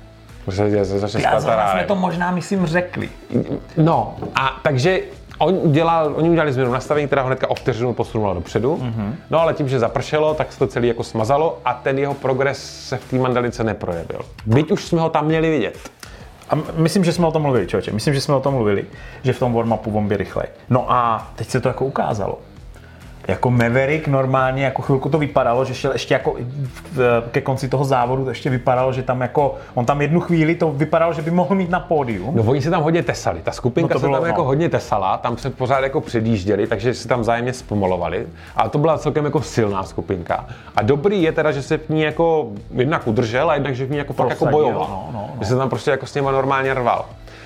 Jsme to možná, myslím, řekli. No, a takže oni udělali změnu nastavení, která ho hnedka o vteřinu posunula dopředu. No ale tím, že zapršelo, tak se to celé jako smazalo a ten jeho progres se v té Mandalice neprojevil. Byť už jsme ho tam měli vidět. A myslím, že jsme o tom mluvili, člověče. Myslím, že jsme o tom mluvili, že v tom warm-upu on byl rychlej. No a teď se to jako ukázalo. Jako Maverick normálně, jako chvilku to vypadalo, že šel ještě jako ke konci toho závodu, to ještě vypadalo, že tam jako, on tam jednu chvíli to vypadalo, že by mohl mít na pódium. No oni se tam hodně tesali, ta skupinka se tam jako hodně tesala, tam se pořád jako předjížděli, takže se tam vzájemně zpomalovali, ale to byla celkem jako silná skupinka. A dobrý je teda, že se v ní jako jednak udržel a jednak, že v ní jako fakt jako bojoval. Že se tam prostě jako s něma normálně rval.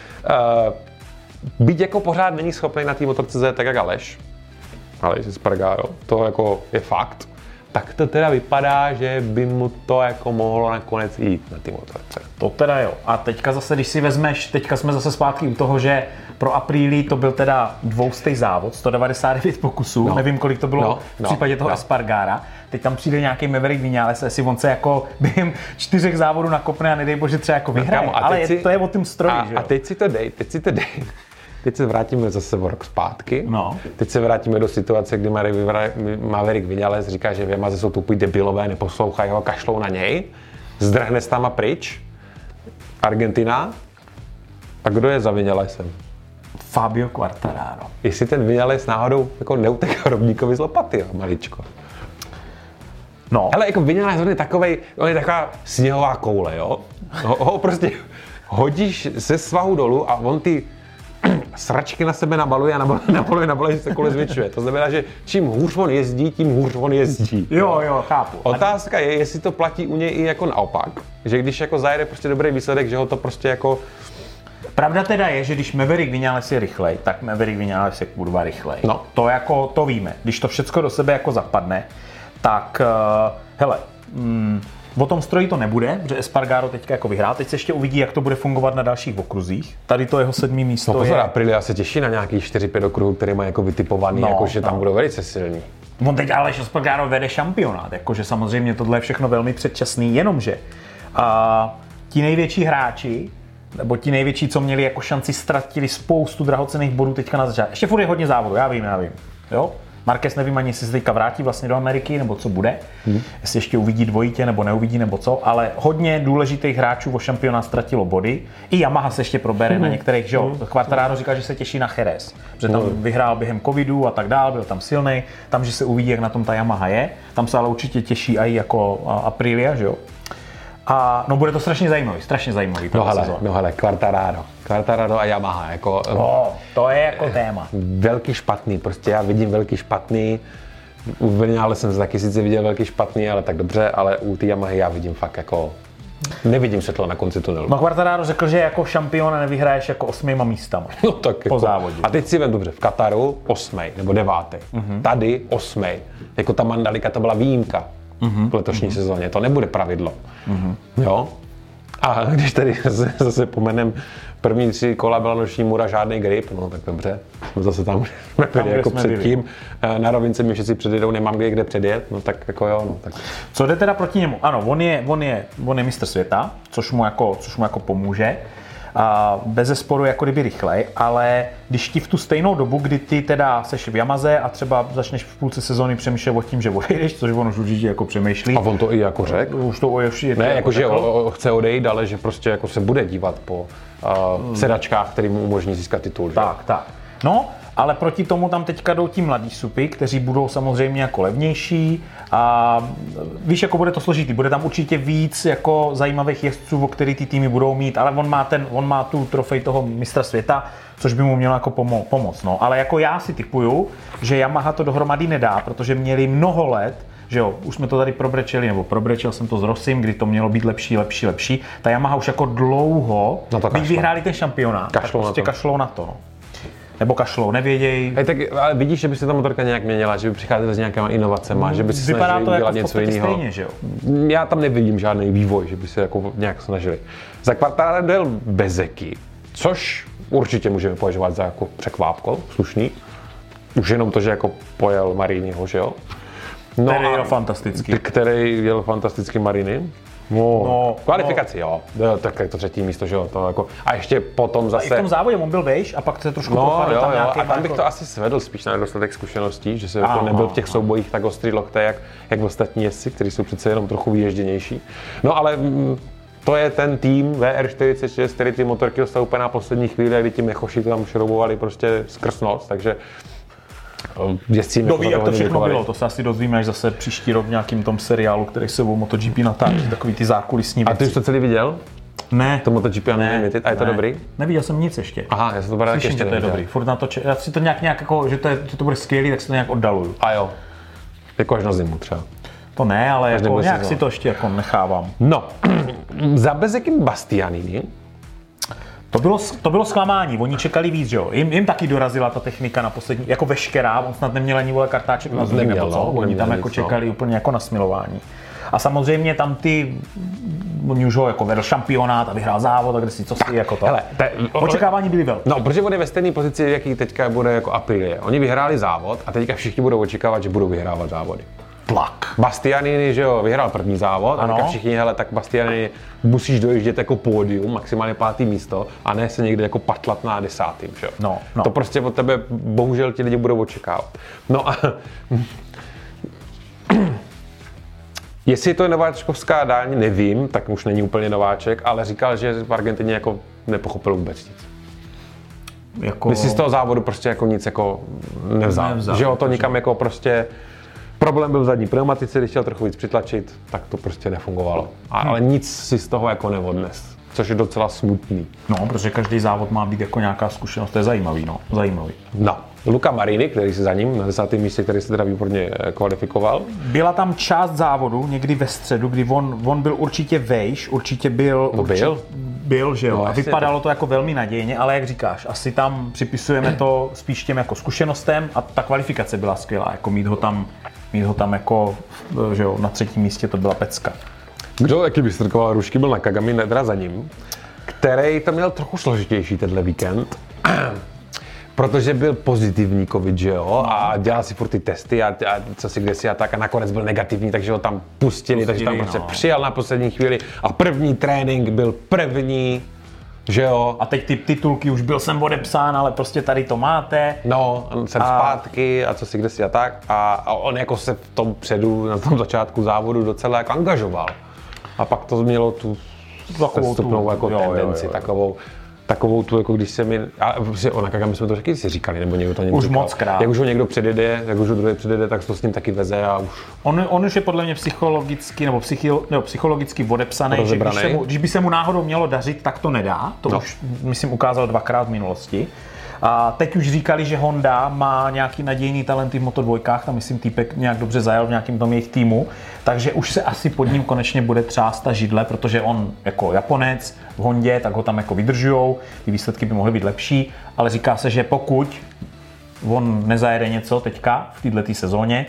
Byť jako pořád není schopný na té motorce jet tak jak Aleš, ale jestli Spargaro, to jako je fakt, tak to teda vypadá, že by mu to jako mohlo nakonec jít na ty motorce. To teda jo. A teďka zase, když si vezmeš, teďka jsme zase zpátky u toho, že pro Aprilia to byl teda 200 závod, 199 pokusů, nevím, kolik to bylo v případě toho Espargara. Teď tam přijde nějaký Maverick Viñales, jestli on se jako během 4 závodů nakopne a nedej bože třeba jako vyhraje, ale to je o tom stroji, že jo? A teď si to dej. Teď se vrátíme zase o rok zpátky. No. Teď se vrátíme do situace, kdy Maverick Viñales říká, že v Yamaze jsou tupí debilové, neposlouchají ho, kašlou na něj. Zdrhne s tam a pryč. Argentina. A kdo je za Viñalesem? Fabio Quartararo. Jestli ten Viñales náhodou jako neutek hrobníkovi z lopaty, jo, maličko. No. Hele, jako Viñales, on je taková sněhová koule, jo. Ho prostě hodíš ze svahu dolů a on ty sračky na sebe nabaluje a nabaluje, že se kole zvětšuje. To znamená, že čím hůř on jezdí, tím hůř on jezdí. Jo, chápu. Otázka je, jestli to platí u něj i jako naopak. Že když jako zajede prostě dobrý výsledek, že ho to prostě jako Pravda teda je, že když Maverick Vinales je rychlej, tak Maverick Vinales je kurva rychlej. No. To víme. Když to všecko do sebe jako zapadne, tak hele, o tom stroji to nebude, protože Espargaro teďka jako vyhrál. Teď se ještě uvidí, jak to bude fungovat na dalších okruzích. Tady to jeho 7. místo no pozor, Aprilia se těší na nějaký 4-5 okruhů, který má jako vytipovaný, jakože tam budou velice silní. On teď ale Espargaro vede šampionát, jakože samozřejmě tohle je všechno velmi předčasný, jenomže ti největší hráči, nebo ti největší, co měli jako šanci, ztratili spoustu drahocenných bodů teďka na začátku. Ještě furt je hodně závodů, já vím. Jo? Marquez nevím ani, jestli se teďka vrátí vlastně do Ameriky, nebo co bude. Jestli ještě uvidí dvojitě, nebo neuvidí, nebo co. Ale hodně důležitých hráčů o šampionát ztratilo body. I Yamaha se ještě probere na některých, že jo. Quartararo říkal, že se těší na Jerez. Že tam vyhrál během covidu a tak dál, byl tam silný. Tam, že se uvidí, jak na tom ta Yamaha je. Tam se ale určitě těší i jako Aprilia, že jo. A no bude to strašně zajímavý. No hele, Quartararo a Yamaha, jako... to je jako téma. Velký špatný, prostě já vidím velký špatný. U Vinale jsem taky sice viděl velký špatný, ale tak dobře, ale u té Yamahy já vidím fakt jako... Nevidím světlo na konci tunelu. No Quartararo řekl, že jako šampiona nevyhraješ jako 8 místama. No tak po závodě. A teď si vem dobře, v Kataru 8. nebo 9. Tady 8. Jako ta Mandalika to byla výjimka. V letošní sezóně. To nebude pravidlo. Jo? A když tady zase pomenem první 3 kola byla noční můra, žádný grip, no tak dobře, jsme zase tam byli jako předtím. Na rovince mi všichni předjedou, nemám kde předjet, no tak jako jo. No, tak. Co jde teda proti němu? Ano, on je mistr světa, což mu jako pomůže. A bezesporu jako kdyby rychlej, ale když ti v tu stejnou dobu, kdy ty teda seš v Yamaze a třeba začneš v půlce sezóny přemýšlet o tím, že odejdeš, což on už určitě jako přemýšlí. A on to i jako řekl? Už to určitě ne, jako že chce odejít, ale že prostě jako se bude dívat po sedačkách, který mu umožní získat titul. Tak. No, ale proti tomu tam teďka jdou ti mladí supy, kteří budou samozřejmě jako levnější a víš, jako bude to složitý, bude tam určitě víc jako zajímavých jezdců, o který ty týmy budou mít, ale on má tu trofej toho mistra světa, což by mu mělo jako pomoct, no. Ale jako já si tipuju, že Yamaha to dohromady nedá, protože měli mnoho let, že jo, už jsme to tady probrečel jsem to s Rossim, kdy to mělo být lepší. Ta Yamaha už jako dlouho, když vyhráli ten šampionát, tak prostě kašlou na to, no. Nebo kašlou, nevědějí. Tak, ale vidíš, že by se ta motorka nějak měnila, že by přicházela s nějakýma inovacema, že by se snažili udělat jako něco jiného. Stejně, že jo? Já tam nevidím žádný vývoj, že by se jako nějak snažili. Za Quartararo dojel Bezzecchi, což určitě můžeme považovat za jako překvápko, slušný. Už jenom to, že jako pojel Mariniho, že jo? No který jel fantastický. Který jel fantastický Marini. No, kvalifikaci, jo. Tak je to 3. místo, že jo. To jako, a ještě potom zase... A i v tom závodě on byl vejš a pak se trošku propadl tam nějaký... A tam bych to asi svedl spíš na nedostatek zkušeností, že se jako nebyl v těch soubojích tak ostrý lokte, jak ostatní jezdci, kteří jsou přece jenom trochu vyježděnější. No ale to je ten tým VR46, který ty motorky dostal úplně na poslední chvíli, kdy ti mechoši tam šroubovali prostě skrz noc, takže jezdcím ví, jak to všechno bylo, to se asi dozvíme až zase příští rok v nějakým tom seriálu, který se o MotoGP natáčí, takový ty zákulisní věci. A ty už to celý viděl? Ne. To MotoGP a a je to dobrý? Neviděl jsem nic ještě. Aha, já jsem to právě ještě neviděl. To je dobrý, furt na to já si to nějak jako, že to bude skvělý, tak si to nějak oddaluju. A jo, jako až na zimu třeba. To ne, ale jako nějak si to ještě jako nechávám. No, za Bezzecchim Bastianini. To bylo zklamání, oni čekali víc, že jo. Jim taky dorazila ta technika na poslední, jako veškerá, on snad neměl ani kartáček na zlým, nebo co? Oni tam jako čekali úplně jako na smilování. A samozřejmě tam oni už ho jako vedl šampionát a vyhrál závod, a kde si, co si, jako to. Hele, očekávání byly velké. No, protože on je ve stejné pozici, jaký teďka bude jako Aprilia. Oni vyhráli závod a teďka všichni budou očekávat, že budou vyhrávat závody. Tlak. Bastianini, že jo, vyhrál první závod a teďka všichni, hele, tak Bastianini musíš dojíždět jako pódium, maximálně 5. místo a ne se někde jako patlat na 10. že jo. No. To prostě od tebe bohužel ti lidi budou očekávat. No a jestli to je nováčkovská daň, nevím, tak už není úplně nováček, ale říkal, že v Argentině jako nepochopil vůbec nic. Jako... Když si z toho závodu prostě jako nic jako nevzal. Že jo, to nikam jako prostě... Problém byl v zadní pneumatice, když chtěl trochu víc přitlačit, tak to prostě nefungovalo. Ale nic si z toho jako neodnes, což je docela smutný. No, protože každý závod má být jako nějaká zkušenost, to je zajímavý, no. No, Luca Marini, který se za ním na 10. místě, který se teda výborně kvalifikoval. Byla tam část závodu, někdy ve středu, kdy on byl určitě vejš, určitě byl... byl, že jo, No, a vypadalo to jako velmi nadějně, ale jak říkáš, asi tam připisujeme to spíš těm jako zkušenostem a ta kvalifikace byla skvělá, jako mít ho tam jako, že jo, na 3. místě to byla pecka. Kdo taky vystrkoval rušky, byl Nakagami, teda za ním, který to měl trochu složitější tenhle víkend, protože byl pozitivní covid, že jo, a dělal si furt ty testy a co si kdesi a tak a nakonec byl negativní, takže ho tam pustili takže tam prostě přijal na poslední chvíli a první trénink byl první, že jo. A teď ty titulky už byl jsem odepsán, ale prostě tady to máte. No, jsem zpátky a co si kdesi a tak a on jako se v tom předu, na tom začátku závodu docela jako angažoval. A pak to mělo tu sestupnou jako tendenci, takovou tu, jako když se mi, a o Nakagami jsme to taky si říkali, nebo někdo to někdo už říkal. Moc krát. Jak už ho někdo předjede, jak už ho druhý předjede, tak to s ním taky veze a už. On už je podle mě psychologicky psychologicky odepsaný, že když by se mu náhodou mělo dařit, tak to nedá. To už, myslím, ukázal 2krát v minulosti. A teď už říkali, že Honda má nějaký nadějný talenty v Moto2, tam myslím týpek nějak dobře zajel v nějakém tom jejich týmu, takže už se asi pod ním konečně bude třást ta židle, protože on jako Japonec v Hondě, tak ho tam jako vydržujou, ty výsledky by mohly být lepší, ale říká se, že pokud on nezajede něco teďka v této sezóně,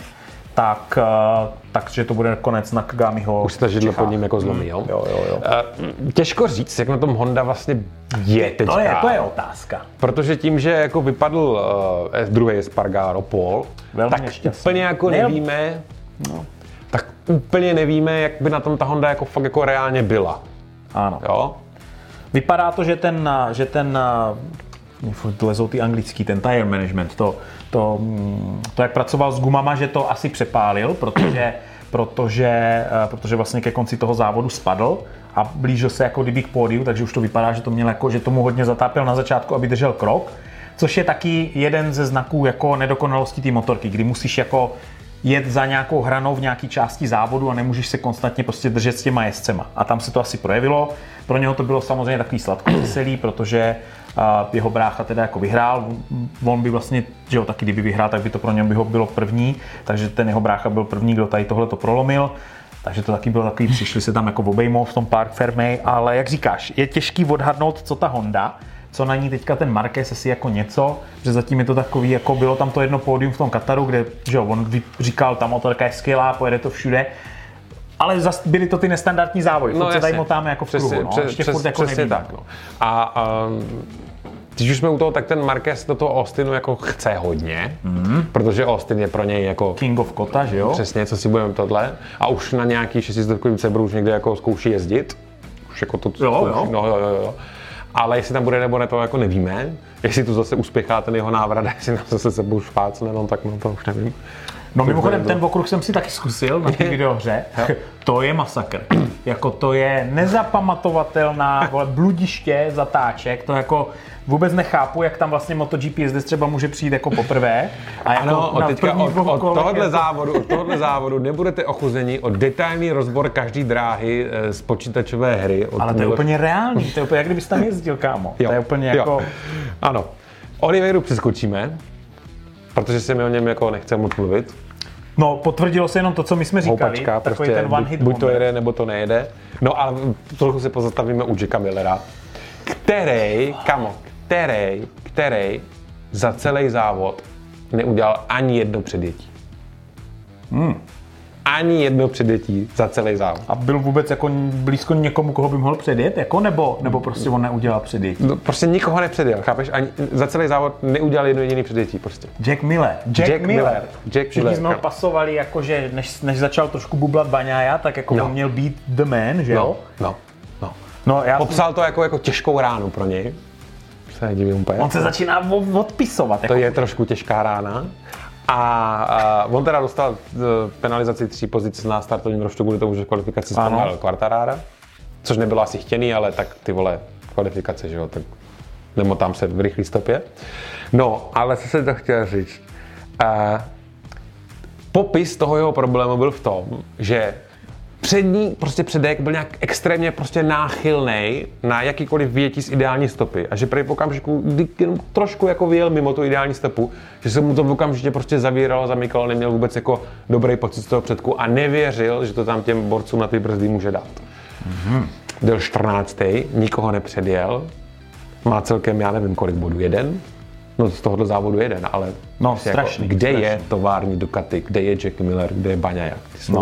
takže to bude konec Nakagamiho. Už se ta židle pod ním jako zlomí, jo? Jo. Těžko říct, jak na tom Honda vlastně je teďka. To je otázka. Protože tím, že jako vypadl druhý Espargaro Paul, tak nešťastný. Úplně jako nevíme, tak úplně nevíme, jak by na tom ta Honda jako fakt jako reálně byla. Ano. Jo? Vypadá to, že ten lezou ty anglický, ten tire management, to, jak pracoval s gumama, že to asi přepálil, protože vlastně ke konci toho závodu spadl a blížil se jako kdyby k pódiu, takže už to vypadá, že to měl jako, že tomu hodně zatápěl na začátku, aby držel krok, což je taky jeden ze znaků jako nedokonalosti té motorky, kdy musíš jako jet za nějakou hranou v nějaké části závodu a nemůžeš se konstantně prostě držet s těma jezdcema. A tam se to asi projevilo. Pro něho to bylo samozřejmě takový sladkokyselý, protože jeho brácha teda jako vyhrál. On by vlastně, že jo, taky kdyby vyhrál, tak by to pro něho bylo první, takže ten jeho brácha byl první, kdo tady tohle to prolomil. Takže to taky bylo takový, přišli se tam jako obejmout v tom Parc Fermé, ale jak říkáš, je těžký odhadnout, co ta Honda, co na ní teďka ten Marquez asi jako něco, že zatím je to takový, jako bylo tam to jedno pódium v tom Kataru, kde že jo, on říkal, ta motorka je skvělá, pojede to všude, ale zase byly to ty nestandardní závody, no, se tady motáme jako v kruhu, ještě furt jako nevím. Tak, no. A když už jsme u toho, tak ten Marquez do toho Austinu jako chce hodně, protože Austin je pro něj jako King of Kota, že jo? Přesně, co si budeme tohle. A už na nějaký 600 Cebru už někde jako zkouší jezdit. Už jako to zkouší, jo. Ale jestli tam bude nebo ne, to jako nevíme. Jestli to zase uspěchá ten jeho návrat, jestli nám zase sebou špácne, no tak no to už nevím. No mimochodem ten okruh jsem si taky zkusil na té videohře. To je masakr. Jako to je nezapamatovatelná bludiště zatáček. To jako vůbec nechápu, jak tam vlastně MotoGP jezdec třeba může přijít jako poprvé. A jako ano, od tohohle závodu nebudete ochuzeni o detailní rozbor každý dráhy z počítačové hry. Ale to je úplně reálný. To je úplně, jak kdybys tam jezdil, kámo. Jo, to je úplně jako... Ano. Oliveiru přeskočíme, protože se mi o něm jako nechce moc mluvit. No, potvrdilo se jenom to, co my jsme říkali. Houpačka, takový prostě ten one hit buď to jede, nebo to nejede. No ale trochu se pozastavíme u Jacka Millera, který za celý závod neudělal ani jedno předjetí. Ani jedno předjetí za celý závod. A byl vůbec jako blízko někomu, koho by mohl předjet? Jako nebo prostě on neudělal předjetí? No, prostě nikoho nepředjel, chápeš? Ani za celý závod neudělal jedno jediný předjetí prostě. Jack Miller. Všichni jsme ho pasovali, jakože než začal trošku bublat Baňája, tak jako on měl být the man, že jo? No, popsal to jako těžkou ránu pro něj. Se nedivím úplně. On se začíná odpisovat. To je trošku těžká rána. A on teda dostal penalizaci 3 pozic na startovním roštu kvůli tomu, že kvalifikaci zpomalil Quartarara, což nebylo asi chtěný, ale tak ty vole, kvalifikace, že jo, tak nemotám se v rychlý stopě. No, ale co jsem to chtěl říct. Popis toho jeho problému byl v tom, že přední prostě předek byl nějak extrémně prostě náchylnej na jakýkoliv vyjetí z ideální stopy a že prý v okamžiku, kdy trošku jako vyjel mimo tu ideální stopu, že se mu to v okamžitě prostě zavíralo, zamykalo, neměl vůbec jako dobrý pocit z toho předku a nevěřil, že to tam těm borcům na ty brzdy může dát. byl 14. nikoho nepředjel, má celkem, já nevím kolik bodů, 1? No z tohohle závodu 1, ale no, strašný, kde strašný. je tovární Ducati, kde je Jack Miller, kde je Bagnaia?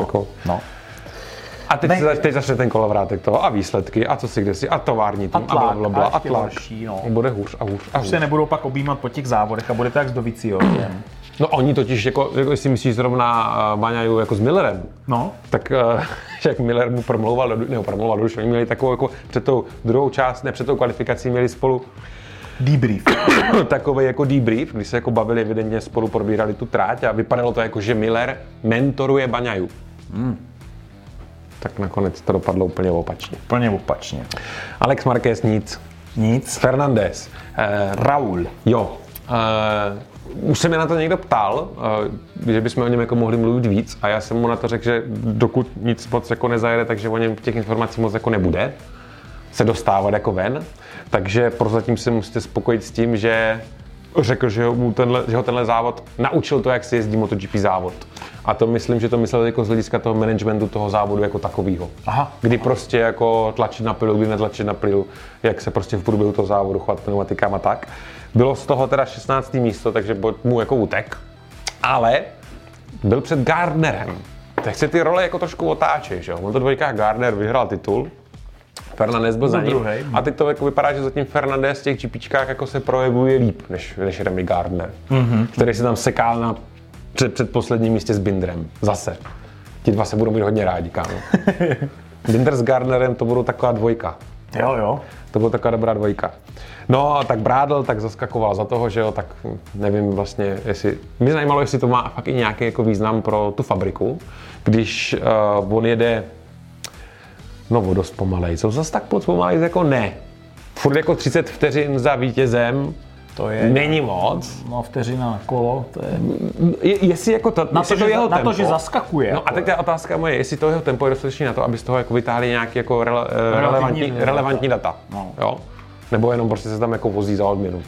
A teď začne ten kolovrátek toho a výsledky a co si kde si a tovární tým a blablabla a tlak. Horší, no. Bude hůř a hůř a hůř. Už se nebudou pak objímat po těch závodech a bude to jak s Dovizioso. No oni totiž, jako jestli myslíš zrovna Baňaju jako s Millerem, no. tak jak Miller mu promlouval do duše, oni měli takovou jako před tou druhou část, ne před tou kvalifikací, měli spolu debrief. Takový jako debrief, kdy se jako bavili, evidentně spolu probírali tu tráť a vypadalo to jako, že Miller mentoruje Baňaju. Tak nakonec to dopadlo úplně opačně. Úplně opačně. Alex Marquez nic. Fernandez. Raúl. Jo. Už se mě na to někdo ptal, že bychom o něm jako mohli mluvit víc a já jsem mu na to řekl, že dokud nic moc jako nezajede, takže o něm těch informací moc jako nebude se dostávat jako ven. Takže prozatím se musíte spokojit s tím, že řekl, že ho tenhle závod naučil to, jak se jezdí MotoGP závod. A to myslím, že to myslel jako z hlediska toho managementu toho závodu jako takového. Kdy prostě jako tlačit na pilu, kdy netlačit na pilu, jak se prostě v průběhu toho závodu chovat pneumatikám a tak. Bylo z toho teda 16. místo, takže mu jako utek. Ale byl před Gardnerem. Tak se ty role jako trošku otáčí, že jo? On to dvojka Gardner vyhrál titul. Fernandez byl za ním. A teď to jako vypadá, že zatím Fernandez v těch GPčkách jako se projevuje líp než Remy Gardner, který se tam sekál na předposledním místě s Binderem. Zase. Ti dva se budou mít hodně rádi, kámo. Binder s Gardnerem to budou taková dvojka. Jo. To byla taková dobrá dvojka. No a tak Brádl tak zaskakoval za toho, že jo, tak nevím vlastně, jestli... Mě zajímalo, jestli to má fakt i nějaký jako význam pro tu fabriku, když on jede dost pomalej. Jsou zase tak moc pomalej, jako ne. Furt jako 30 vteřin za vítězem, to je... Není moc. No vteřina na kolo, to je... Jestli jako to, na to, jeho tempo, na to, že zaskakuje. No a teď ta otázka moje, jestli to jeho tempo je dostatečný na to, aby z toho jako vytáhli nějaký jako relevantní data. Jo? Nebo jenom prostě se tam jako vozí za odměnu.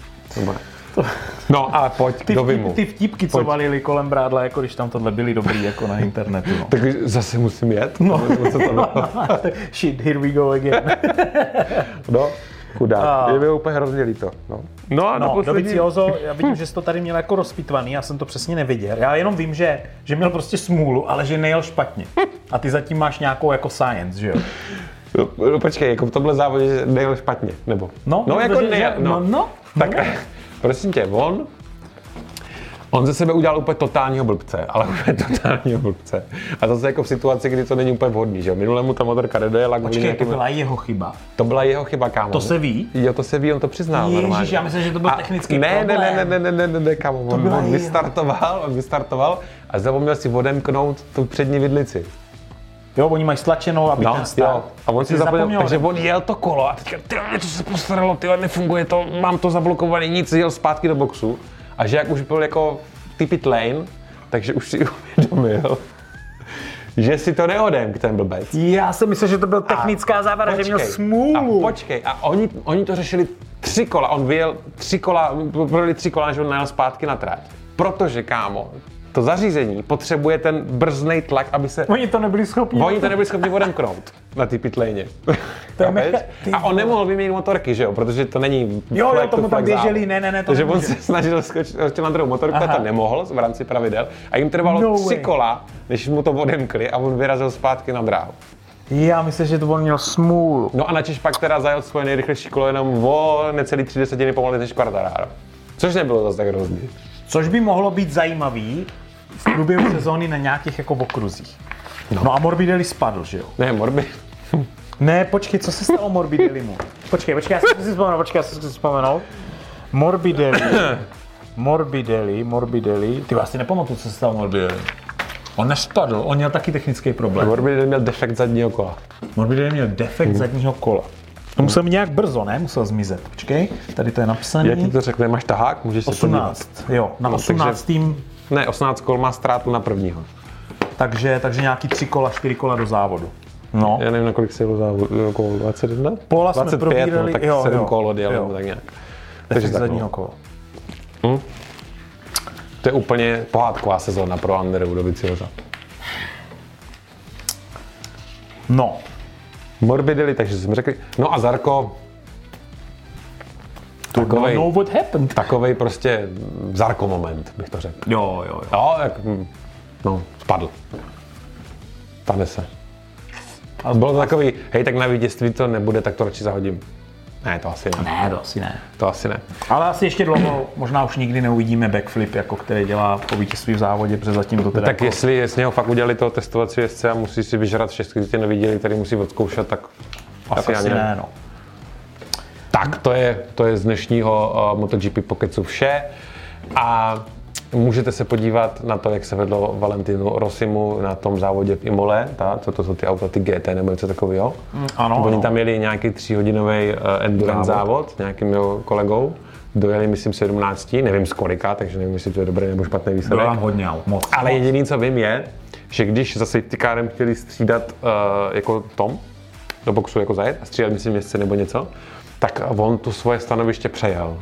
No ale pojď do Vimu. Ty vtipky, co valili kolem Brádla, jako když tam tohle byly dobrý jako na internetu. No. Tak zase musím jet? No. Shit, here we go again. No. Chudák, je mi úplně hrozně líto. No, Dovizioso, já vidím, že jsi to tady měl jako rozpitvaný, já jsem to přesně neviděl. Já jenom vím, že měl prostě smůlu, ale že nejel špatně. A ty zatím máš nějakou jako science, že jo? No, počkej, jako v tomhle závodě nejel špatně, nebo? No jako nejel, Tak prosím tě, on ze sebe udělal úplně totálního blbce, ale úplně totálního blbce. A zase jako v situaci, kdy to není úplně vhodný, že jo? Minule mu ta motorka nedojela. Počkej, to byla jeho chyba. To byla jeho chyba, kámo. To se ví? Jo, to se ví, on to přiznal normálně. Ježíš, já myslím, že to byl technický problém. Ne, kámo. On vystartoval a zapomněl si odemknout tu přední vidlici. Jo, oni mají stlačenou, aby ten stál. A on si zapomněl, takže on jel to kolo a teďka, to se postaralo, nefunguje to, mám to zablokované, nic, jel zpátky do boxu. A že jak už byl jako pit lane, takže už si uvědomil, že si to neodemk ten blbec. Já jsem myslel, že to byl technická závada, že měl smůlu. A počkej, oni to řešili 3 kola, on vyjel 3 kola, projeli 3 kola, že on najel zpátky na trať. Protože, kámo, to zařízení potřebuje ten brznej tlak, aby se... Oni to nebyli schopni odemknout na ty pit lane. A on nemohl vyměnit motorky, že jo, protože to není... Jo, tomu tam běželi, ne, to takže on se snažil skočit na druhou motorku a to nemohl v rámci pravidel. A jim trvalo 3 kola, než mu to odemkli a on vyrazil zpátky na dráhu. Já myslím, že to on měl smůlu. No a načež pak teda zajel svoje nejrychlejší kolo jenom o necelý 3 desetiny pomalej než Quartararo. Což nebylo zase tak hrozný. Což by mohlo být zajímavý v průběhu sezóny na nějakých jako okruzích. No a Morbidelli spadl, že jo? Ne, počkej, co se stalo Morbidellimu? Počkej, já si vzpomenout. Morbidelli. Ty vlastně nepamatuju, co se stalo Morbidelli. On nespadl, on měl taky technický problém. Morbidelli měl defekt zadního kola. Zadního kola. To musel mít nějak brzo, ne? Musel zmizet. Počkej, tady to je napsané. Já ti to řeknu, máš tahák, můžeš 18, se podívat. Jo, na 18. Ne, 18 kol má ztrátu na prvního. Takže nějaký 3 kola, 4 kola do závodu. No. Já nevím, na kolik se jelo závodu, okolo 21? Pola 25, jsme probírali, tak 7 kol odjel, tak nějak. Takže zadního kola. To je úplně pohádková sezóna pro Anderu Doviziosa. Morbidelli, takže jsme řekli. No a Zarko, takovej prostě Zarko moment, bych to řekl. Jo. Jo, spadl. Stane se. A bylo to takový, hej, tak na vítězství to nebude, tak to radši zahodím. Ne, to asi ne. To asi ne. Ale asi ještě dlouho, možná už nikdy neuvidíme backflip, jako který dělá po vítězství v závodě, protože zatím to teda... Tak jako... jestli ho fakt udělali toho testovací jezdce a musí si vyžrat všechny, kteří tě neviděli, který musí odzkoušet, tak asi ne. No. Tak to je z dnešního MotoGP Pokecu vše a můžete se podívat na to, jak se vedlo Valentinu Rossimu na tom závodě v Imole, to jsou ty auta, ty GT nebo něco takového. Ano. Oni tam jeli nějaký 3hodinový endurance závod nějakým jeho kolegou. Dojeli, myslím, 17, nevím z kolika, takže nevím, jestli to je dobrý nebo špatný výsledek. Bylo tam hodně moc. Ale jediný, co vím, je, že když za safety carem chtěli střídat jako Tom do boxu jako zajet a střídat, myslím, městce nebo něco, tak on tu svoje stanoviště přejel.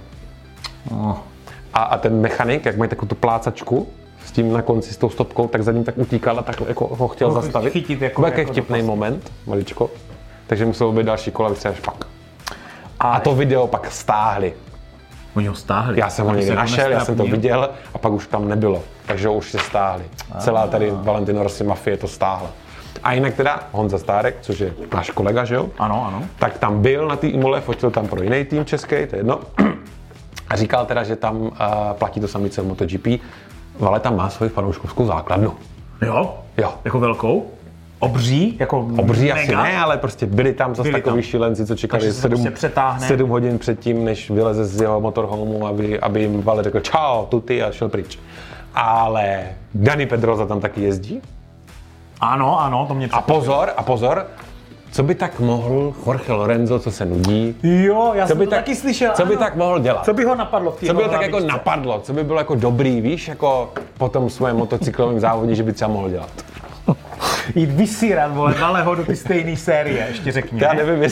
A ten mechanik, jak mají takovou tu plácačku s tím na konci s tou stopkou, tak za ním tak utíkal a tak jako ho chtěl zastavit. Chytit jako vtipný moment, maličko. Takže muselo být další kola, třeba špak. A to video pak stáhli. Oni ho stáhli? Já jsem ho někdy našel, já jsem to viděl a pak už tam nebylo. Takže ho už se stáhli. Celá tady Valentino Rossi mafie to stáhla. A jinak teda Honza Stárek, což je náš kolega, že jo? Ano. Tak tam byl na té Imole, fotil tam pro jiný tým český, to je jedno. A říkal teda, že tam platí to samé co v MotoGP. Vale tam má svoji fanouškovskou základnu. Jo? Jako velkou? Obří mega? Asi ne, ale prostě byli tam zase takový šílenci, co čekali 7 hodin předtím, než vyleze z jeho motorhomu, aby jim Vale řekl čau, tuty a šel pryč. Ale Dani Pedrosa tam taky jezdí. Ano, to mě překvapilo. A pozor, co by tak mohl Jorge Lorenzo, co se nudí? Jo, já jsem to taky slyšel. Co by tak mohl dělat? Co by ho napadlo v té Co by ho tak jako napadlo? Co by bylo jako dobrý, víš, jako po tom svém motocyklovém závodě, že by třeba mohl dělat? Jít vysírat, vole, Valeho do ty stejné série, ještě řekni. Já nevím,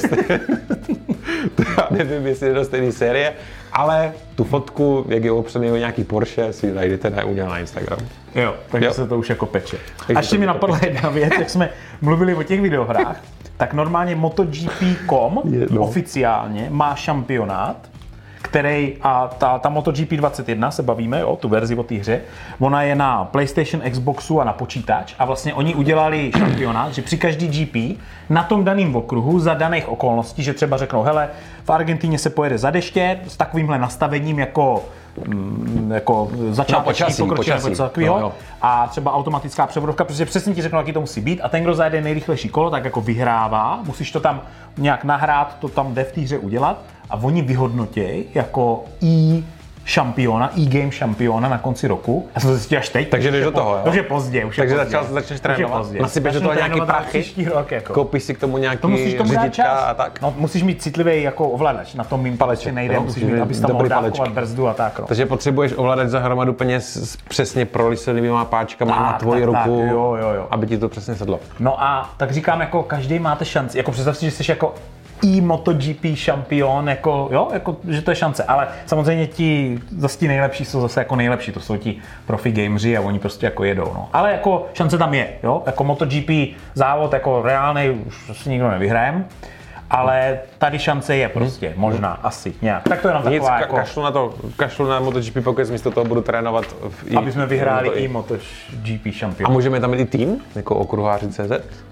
jestli do stejné série, ale tu fotku, jak je opřený o nějaký Porsche, si najdete na Instagram. Jo, takže se to už jako peče. A ještě mi napadla jedna věc, jak jsme mluvili o těch videohrách, tak normálně MotoGP.com oficiálně má šampionát, který, a ta MotoGP 21 se bavíme, jo, tu verzi o té hře, ona je na PlayStation, Xboxu a na počítač a vlastně oni udělali šampionát, že při každý GP na tom daném okruhu za daných okolností, že třeba řeknou, hele, v Argentíně se pojede za deště s takovýmhle nastavením jako začáteční pokročení nebo něco takového a třeba automatická převodovka, protože přesně ti řeknou, jaký to musí být a ten, kdo zajede nejrychlejší kolo, tak jako vyhrává, musíš to tam nějak nahrát, to tam jde v té hře udělat a oni vyhodnotějí jako šampiona, e-game šampiona na konci roku. Já jsem to zjistil až teď. Takže jdeš do toho, jo? To je pozdě, už takže je pozdě. začneš trénovat. Nasypeš do toho nějaký prachy, jako. koupíš si k tomu nějaký řidička a tak. No, musíš mít citlivý jako ovladač, na tom mým paleči nejde, musíš mít, abys tam mohl dávkovat brzdu a tak. No. Takže potřebuješ ovladač za hromadu peněz s přesně prolisenými páčkama na tvoji ruku, aby ti to přesně sedlo. No a tak říkám, jako každý máte šanci, jako představ si, že jsi jako MotoGP šampion, že to je šance, ale samozřejmě ti nejlepší jsou zase jako nejlepší, to jsou ti profi gameři a oni prostě jako jedou, no. Ale jako šance tam je, jo, jako MotoGP závod jako reálnej už si nikdo nevyhrajem, ale tady šance je prostě, možná, asi, nějak. Tak to je nám taková jako... Kašlu na MotoGP Pokéz, místo toho budu trénovat aby jsme vyhráli i MotoGP šampion. A můžeme tam mít i tým, jako okruháři.cz?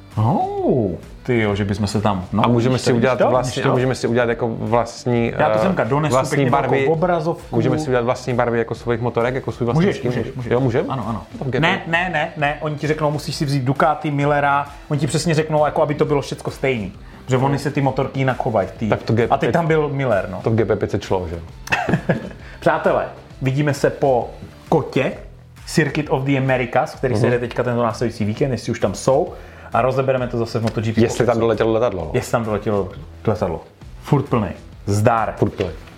Tyjo, že bychom se tam... No, a můžeme si udělat jako vlastní já to semka donesu vlastní barvy, jako obrazovku. Můžeme si udělat vlastní barvy jako svých motorek, jako svůj vlastní můžeš. Jo, můžeme? Ano. Ne, oni ti řeknou, musíš si vzít Ducati, Millera, oni ti přesně řeknou, jako aby to bylo všechno stejný. Protože oni se ty motorky jinak chovají. A teď tam byl Miller, no. To v GP5 šlo, že? Přátelé, vidíme se po Kotě, Circuit of the Americas, který se jde teďka tento následující víkend, jestli už tam jsou. A rozebereme to zase v MotoGP. Jestli tam doletělo letadlo. Jestli tam doletělo letadlo. Furt plný. Zdar. Furt plný.